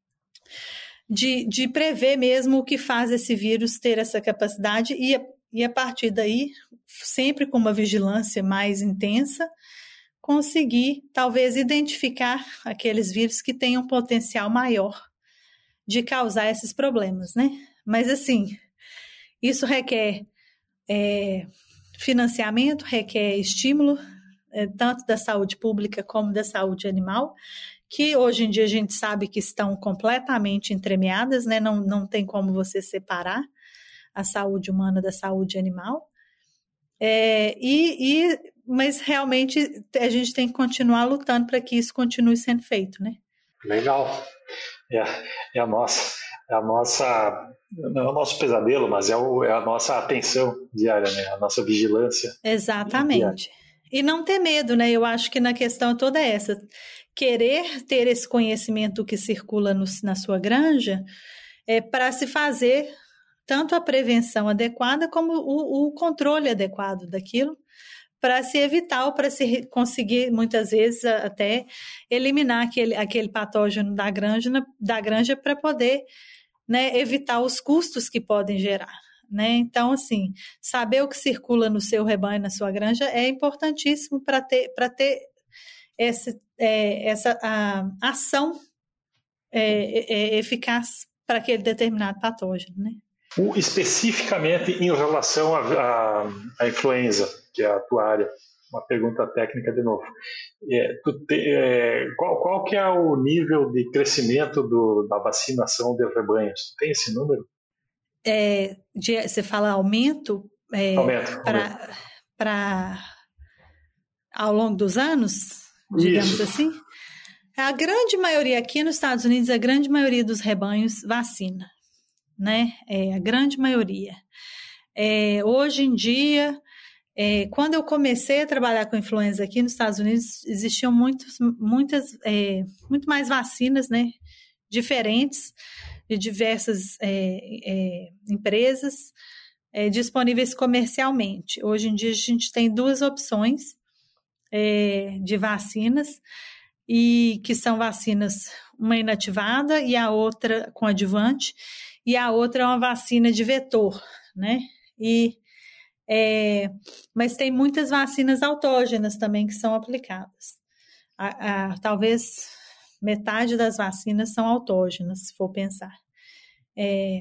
De, de prever mesmo o que faz esse vírus ter essa capacidade e, e a partir daí, sempre com uma vigilância mais intensa, conseguir talvez identificar aqueles vírus que têm um potencial maior de causar esses problemas, né? Mas assim, isso requer é, financiamento, requer estímulo, é, tanto da saúde pública como da saúde animal, que hoje em dia a gente sabe que estão completamente entremeadas, né? Não, não tem como você separar a saúde humana da saúde animal. É, e, e, mas realmente a gente tem que continuar lutando para que isso continue sendo feito, né? Legal. É, é a nossa, é a nossa, não é o nosso pesadelo, mas é, o, é a nossa atenção diária, né? A nossa vigilância. Exatamente. Diária. E não ter medo, né? Eu acho que na questão toda é essa. Querer ter esse conhecimento que circula no, na sua granja é para se fazer tanto a prevenção adequada como o, o controle adequado daquilo, para se evitar ou para se conseguir, muitas vezes, até eliminar aquele, aquele patógeno da granja, da granja para poder, né, evitar os custos que podem gerar. Né? Então, assim, saber o que circula no seu rebanho, na sua granja, é importantíssimo para ter, para ter esse, é, essa a, ação é, é, eficaz para aquele determinado patógeno. Né? Especificamente em relação à influenza, que é a tua área, uma pergunta técnica de novo. É, tu te, é, qual, qual que é o nível de crescimento do, da vacinação de rebanhos? Tu tem esse número? É, de, você fala aumento, é, aumento para ao longo dos anos, digamos Isso. assim? A grande maioria aqui nos Estados Unidos, a grande maioria dos rebanhos vacina, né? É, a grande maioria. É, hoje em dia, é, quando eu comecei a trabalhar com influenza aqui nos Estados Unidos, existiam muitos, muitas, é, muito mais vacinas, né? Diferentes, de diversas é, é, empresas é, disponíveis comercialmente. Hoje em dia a gente tem duas opções é, de vacinas, e que são vacinas, uma inativada e a outra com adjuvante, e a outra é uma vacina de vetor, né? E, é, mas tem muitas vacinas autógenas também que são aplicadas. A, a, talvez metade das vacinas são autógenas, se for pensar. É,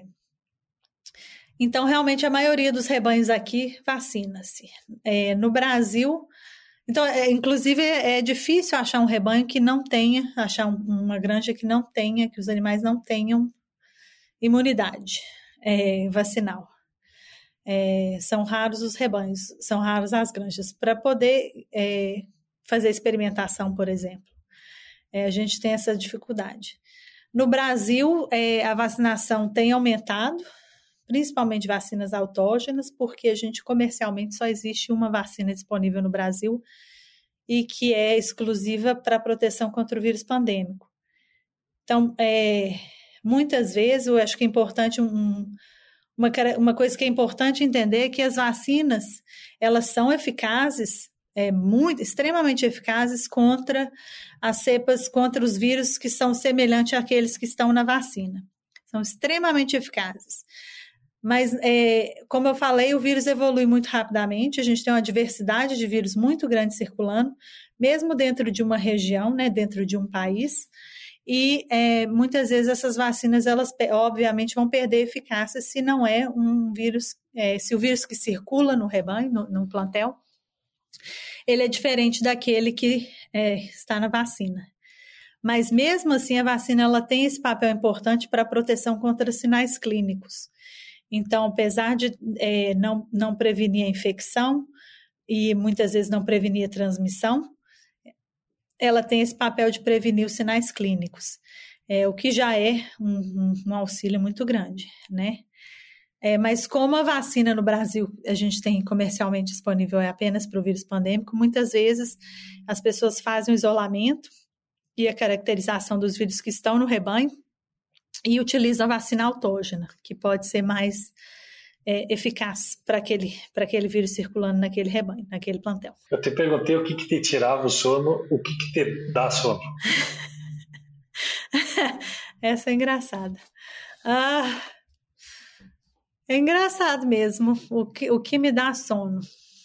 então, realmente, a maioria dos rebanhos aqui vacina-se. É, no Brasil, então, é, inclusive, é, é difícil achar um rebanho que não tenha, achar um, uma granja que não tenha, que os animais não tenham imunidade é, vacinal. É, são raros os rebanhos, são raros as granjas. Para poder é, fazer experimentação, por exemplo, é, a gente tem essa dificuldade. No Brasil, é, a vacinação tem aumentado, principalmente vacinas autógenas, porque a gente comercialmente só existe uma vacina disponível no Brasil e que é exclusiva para proteção contra o vírus pandêmico. Então, é, muitas vezes, eu acho que é importante, um, uma, uma coisa que é importante entender é que as vacinas, elas são eficazes, é, muito, extremamente eficazes contra as cepas, contra os vírus que são semelhantes àqueles que estão na vacina. São extremamente eficazes. Mas, é, como eu falei, o vírus evolui muito rapidamente, a gente tem uma diversidade de vírus muito grande circulando, mesmo dentro de uma região, né, dentro de um país, e é, muitas vezes essas vacinas, elas obviamente vão perder eficácia se não é um vírus, é, se o vírus que circula no rebanho, no, no plantel, ele é diferente daquele que é, está na vacina. Mas mesmo assim, a vacina ela tem esse papel importante para a proteção contra sinais clínicos. Então, apesar de é, não, não prevenir a infecção e muitas vezes não prevenir a transmissão, ela tem esse papel de prevenir os sinais clínicos, é, o que já é um, um, um auxílio muito grande, né? É, mas como a vacina no Brasil a gente tem comercialmente disponível é apenas para o vírus pandêmico, muitas vezes as pessoas fazem o isolamento e a caracterização dos vírus que estão no rebanho e utilizam a vacina autógena, que pode ser mais é, eficaz para aquele, para aquele vírus circulando naquele rebanho, naquele plantel. Eu te perguntei o que, que te tirava o sono, o que, que te dá sono? Essa é engraçada. Ah, é engraçado mesmo o que, o que me dá sono.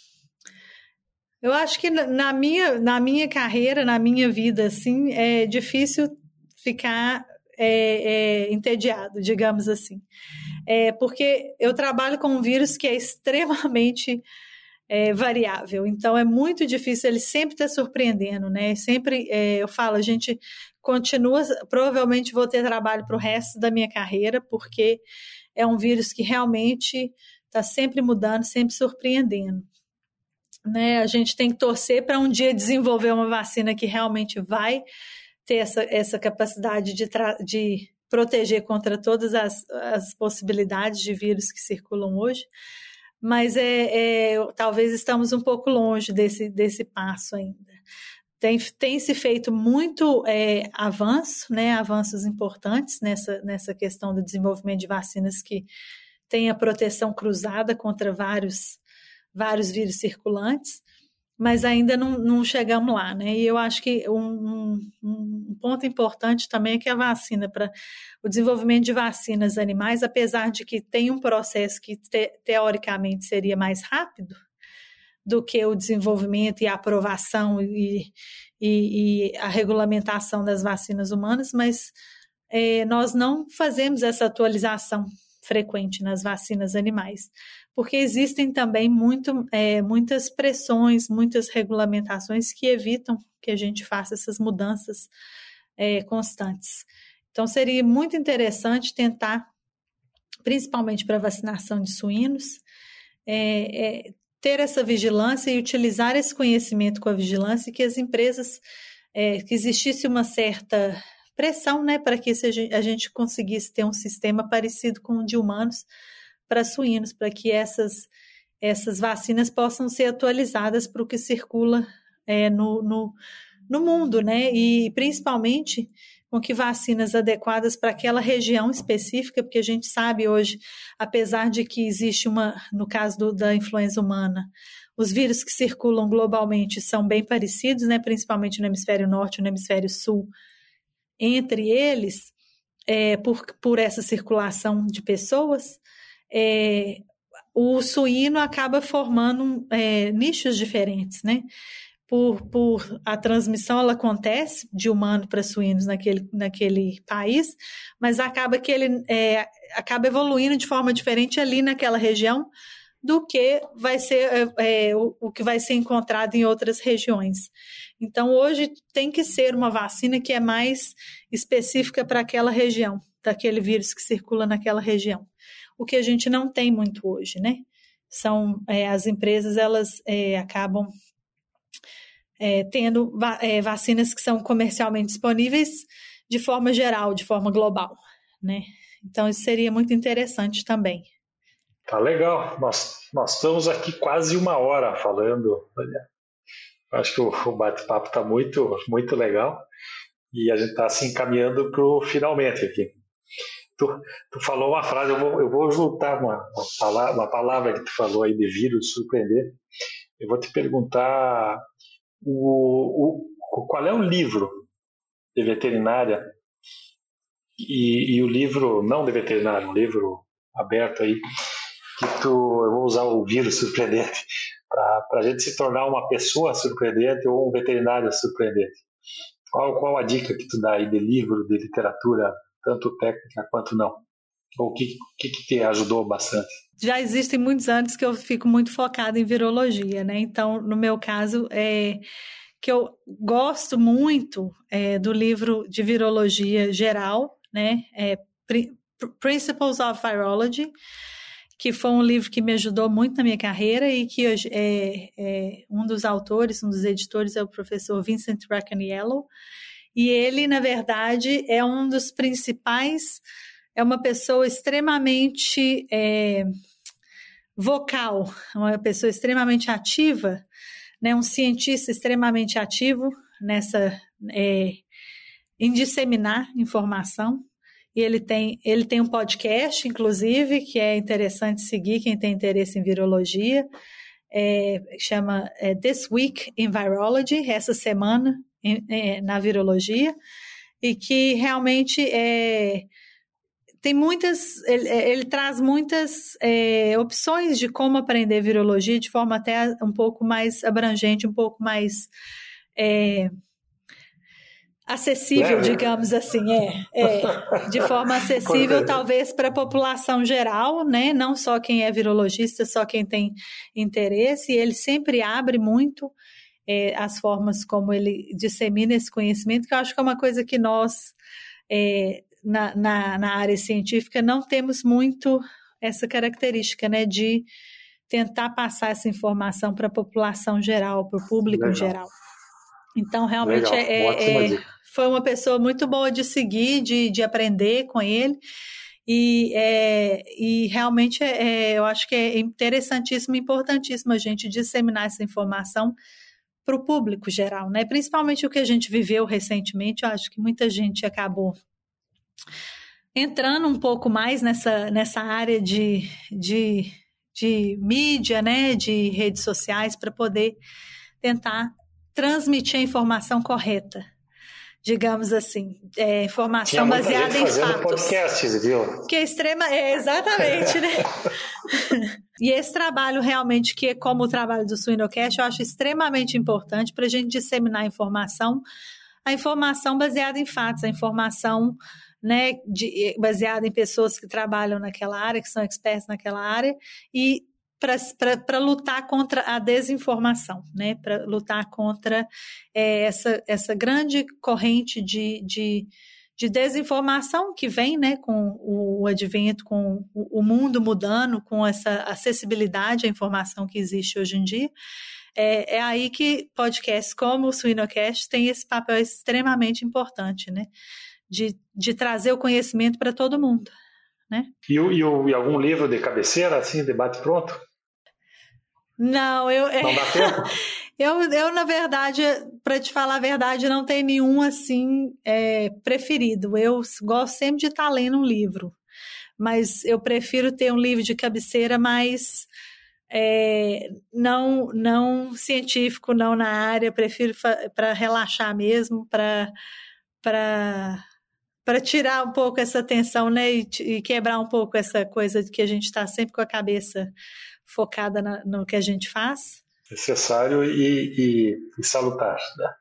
Eu acho que na minha, na minha carreira, na minha vida, assim, é difícil ficar é, é, entediado, digamos assim. É, porque eu trabalho com um vírus que é extremamente é, variável. Então, é muito difícil, ele sempre está surpreendendo, né? Sempre, é, eu falo, a gente continua, provavelmente vou ter trabalho para o resto da minha carreira, porque é um vírus que realmente está sempre mudando, sempre surpreendendo. Né? A gente tem que torcer para um dia desenvolver uma vacina que realmente vai ter essa, essa capacidade de, tra- de proteger contra todas as, as possibilidades de vírus que circulam hoje, mas é, é, talvez estamos um pouco longe desse, desse passo ainda. Tem, tem se feito muito é, avanço, né, avanços importantes nessa, nessa questão do desenvolvimento de vacinas que tem a proteção cruzada contra vários, vários vírus circulantes, mas ainda não, não chegamos lá, né? E eu acho que um, um, um ponto importante também é que a vacina, para o desenvolvimento de vacinas animais, apesar de que tem um processo que te, teoricamente seria mais rápido do que o desenvolvimento e a aprovação e, e, e a regulamentação das vacinas humanas, mas é, nós não fazemos essa atualização frequente nas vacinas animais, porque existem também muito, é, muitas pressões, muitas regulamentações que evitam que a gente faça essas mudanças é, constantes. Então, seria muito interessante tentar, principalmente para a vacinação de suínos, é, é, ter essa vigilância e utilizar esse conhecimento com a vigilância, e que as empresas, é, que existisse uma certa pressão, né, para que a gente conseguisse ter um sistema parecido com o de humanos para suínos, para que essas, essas vacinas possam ser atualizadas para o que circula é, no, no, no mundo, né, e principalmente com que vacinas adequadas para aquela região específica, porque a gente sabe hoje, apesar de que existe uma, no caso do, da influenza humana, os vírus que circulam globalmente são bem parecidos, né, principalmente no hemisfério norte e no hemisfério sul, entre eles, é, por, por essa circulação de pessoas, é, o suíno acaba formando é, nichos diferentes, né? Por, por a transmissão, ela acontece de humano para suínos naquele, naquele país, mas acaba que ele é, acaba evoluindo de forma diferente ali naquela região do que vai ser é, o, o que vai ser encontrado em outras regiões. Então, hoje tem que ser uma vacina que é mais específica para aquela região, daquele vírus que circula naquela região. O que a gente não tem muito hoje, né? São, é, as empresas, elas é, acabam é, tendo va- é, vacinas que são comercialmente disponíveis de forma geral, de forma global, né? Então, isso seria muito interessante também. Tá legal. Nós, nós estamos aqui quase uma hora falando. Acho que o, o bate-papo está muito, muito legal e a gente está se encaminhando para o finalmente aqui. Tu, tu falou uma frase, eu vou, eu vou juntar uma, uma, palavra, uma palavra que tu falou aí de vírus surpreender. Eu vou te perguntar o, o, qual é o livro de veterinária e, e o livro não de veterinária, um livro aberto aí, que tu, eu vou usar o vírus surpreendente para a gente se tornar uma pessoa surpreendente ou um veterinário surpreendente. Qual, qual a dica que tu dá aí de livro, de literatura, tanto técnica quanto não? Ou o que, que, que te ajudou bastante? Já existem muitos anos que eu fico muito focada em virologia, né? Então, no meu caso, é que eu gosto muito é, do livro de virologia geral, né? É, Principles of Virology, que foi um livro que me ajudou muito na minha carreira e que hoje é, é um dos autores, um dos editores é o professor Vincent Racaniello, e ele, na verdade, é um dos principais, é uma pessoa extremamente é, vocal, uma pessoa extremamente ativa, né, um cientista extremamente ativo nessa, é, em disseminar informação. E ele tem, ele tem um podcast, inclusive, que é interessante seguir quem tem interesse em virologia, é, chama é, This Week in Virology, essa semana em, é, na virologia, e que realmente é, tem muitas, ele, ele traz muitas é, opções de como aprender virologia de forma até um pouco mais abrangente, um pouco mais é, acessível, é. digamos assim, é, é de forma acessível talvez para a população geral, né? Não só quem é virologista, só quem tem interesse, e ele sempre abre muito é, as formas como ele dissemina esse conhecimento, que eu acho que é uma coisa que nós, é, na, na, na área científica, não temos muito essa característica, né? De tentar passar essa informação para a população geral, para o público Legal. geral. Então, realmente, é, é, foi uma pessoa muito boa de seguir, de, de aprender com ele. E, é, e realmente, é, eu acho que é interessantíssimo, importantíssimo a gente disseminar essa informação para o público geral, né? Principalmente o que a gente viveu recentemente. Eu acho que muita gente acabou entrando um pouco mais nessa, nessa área de, de, de mídia, né? De redes sociais, para poder tentar transmitir a informação correta, digamos assim, é, informação baseada em fatos. Podcasts, viu? Que é extrema, é, exatamente, né? E esse trabalho realmente, que é como o trabalho do Suinocast, eu acho extremamente importante para a gente disseminar a informação, a informação baseada em fatos, a informação, né, de, baseada em pessoas que trabalham naquela área, que são experts naquela área, e para lutar contra a desinformação, né? Para lutar contra é, essa, essa grande corrente de, de, de desinformação que vem, né, com o advento, com o mundo mudando, com essa acessibilidade à informação que existe hoje em dia. É, é aí que podcasts como o Suinocast tem esse papel extremamente importante, né? De, de trazer o conhecimento para todo mundo, né? E, e, e algum livro de cabeceira, assim, debate pronto? Não, eu... Não dá tempo? eu, eu, na verdade, para te falar a verdade, não tenho nenhum, assim, é, preferido. Eu gosto sempre de estar lendo um livro, mas eu prefiro ter um livro de cabeceira mais... É, não, não científico, não na área. Prefiro para relaxar mesmo, para... para para tirar um pouco essa tensão, né, e, e quebrar um pouco essa coisa de que a gente está sempre com a cabeça focada na, no que a gente faz. Necessário e, e, e salutar, né?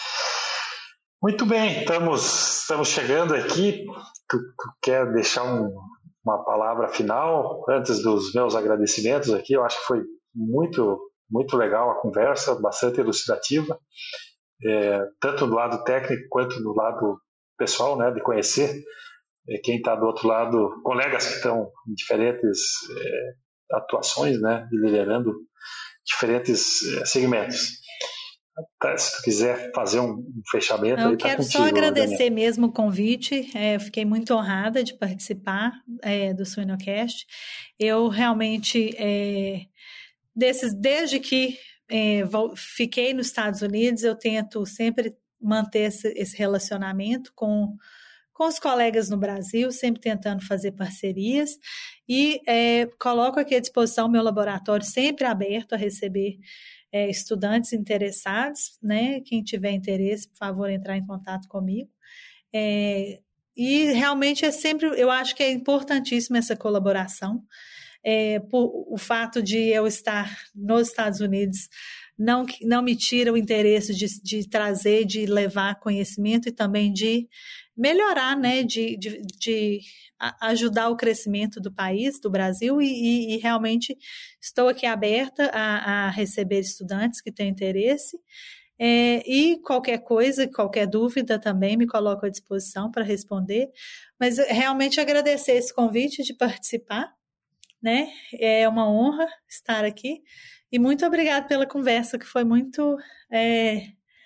Muito bem, estamos, estamos chegando aqui. Tu, tu quer deixar um, uma palavra final antes dos meus agradecimentos aqui? Eu acho que foi muito, muito legal a conversa, bastante elucidativa, é, tanto do lado técnico quanto do lado pessoal, né, de conhecer é, quem está do outro lado, colegas que estão em diferentes é, atuações, né, liderando diferentes é, segmentos. Tá, se tu quiser fazer um, um fechamento, eu aí quero tá contigo, só agradecer Daniela. mesmo o convite. É, eu fiquei muito honrada de participar é, do Suinocast. Eu realmente, é, desses, desde que é, vou, fiquei nos Estados Unidos, eu tento sempre manter esse, esse relacionamento com, com os colegas no Brasil, sempre tentando fazer parcerias, e é, coloco aqui à disposição meu laboratório sempre aberto a receber é, estudantes interessados, né? Quem tiver interesse, por favor, entrar em contato comigo. É, e realmente é sempre, eu acho que é importantíssima essa colaboração, é, por o fato de eu estar nos Estados Unidos Não, não me tira o interesse de, de trazer, de levar conhecimento e também de melhorar, né, de, de, de ajudar o crescimento do país, do Brasil, e, e, e realmente estou aqui aberta a, a receber estudantes que têm interesse, é, e qualquer coisa, qualquer dúvida também me coloco à disposição para responder, mas realmente agradecer esse convite de participar, né, é uma honra estar aqui. E muito obrigada pela conversa, que foi muito, é,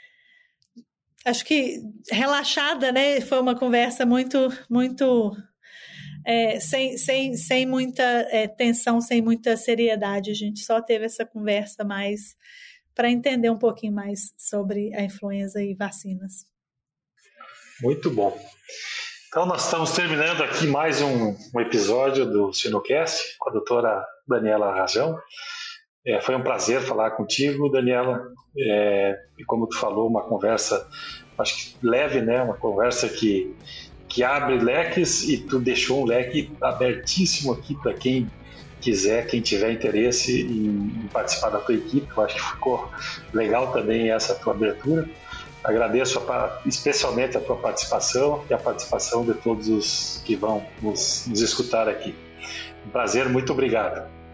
acho que relaxada, né? Foi uma conversa muito, muito, é, sem, sem, sem muita é, tensão, sem muita seriedade. A gente só teve essa conversa mais para entender um pouquinho mais sobre a influenza e vacinas. Muito bom. Então, nós estamos terminando aqui mais um, um episódio do Suinocast com a doutora Daniela Rajão. É, foi um prazer falar contigo, Daniela, é, e como tu falou, uma conversa, acho que leve, né? Uma conversa que, que abre leques, e tu deixou um leque abertíssimo aqui para quem quiser, quem tiver interesse em, em participar da tua equipe. Eu acho que ficou legal também essa tua abertura. Agradeço a, especialmente a tua participação e a participação de todos os que vão nos, nos escutar aqui. Um prazer, muito obrigado.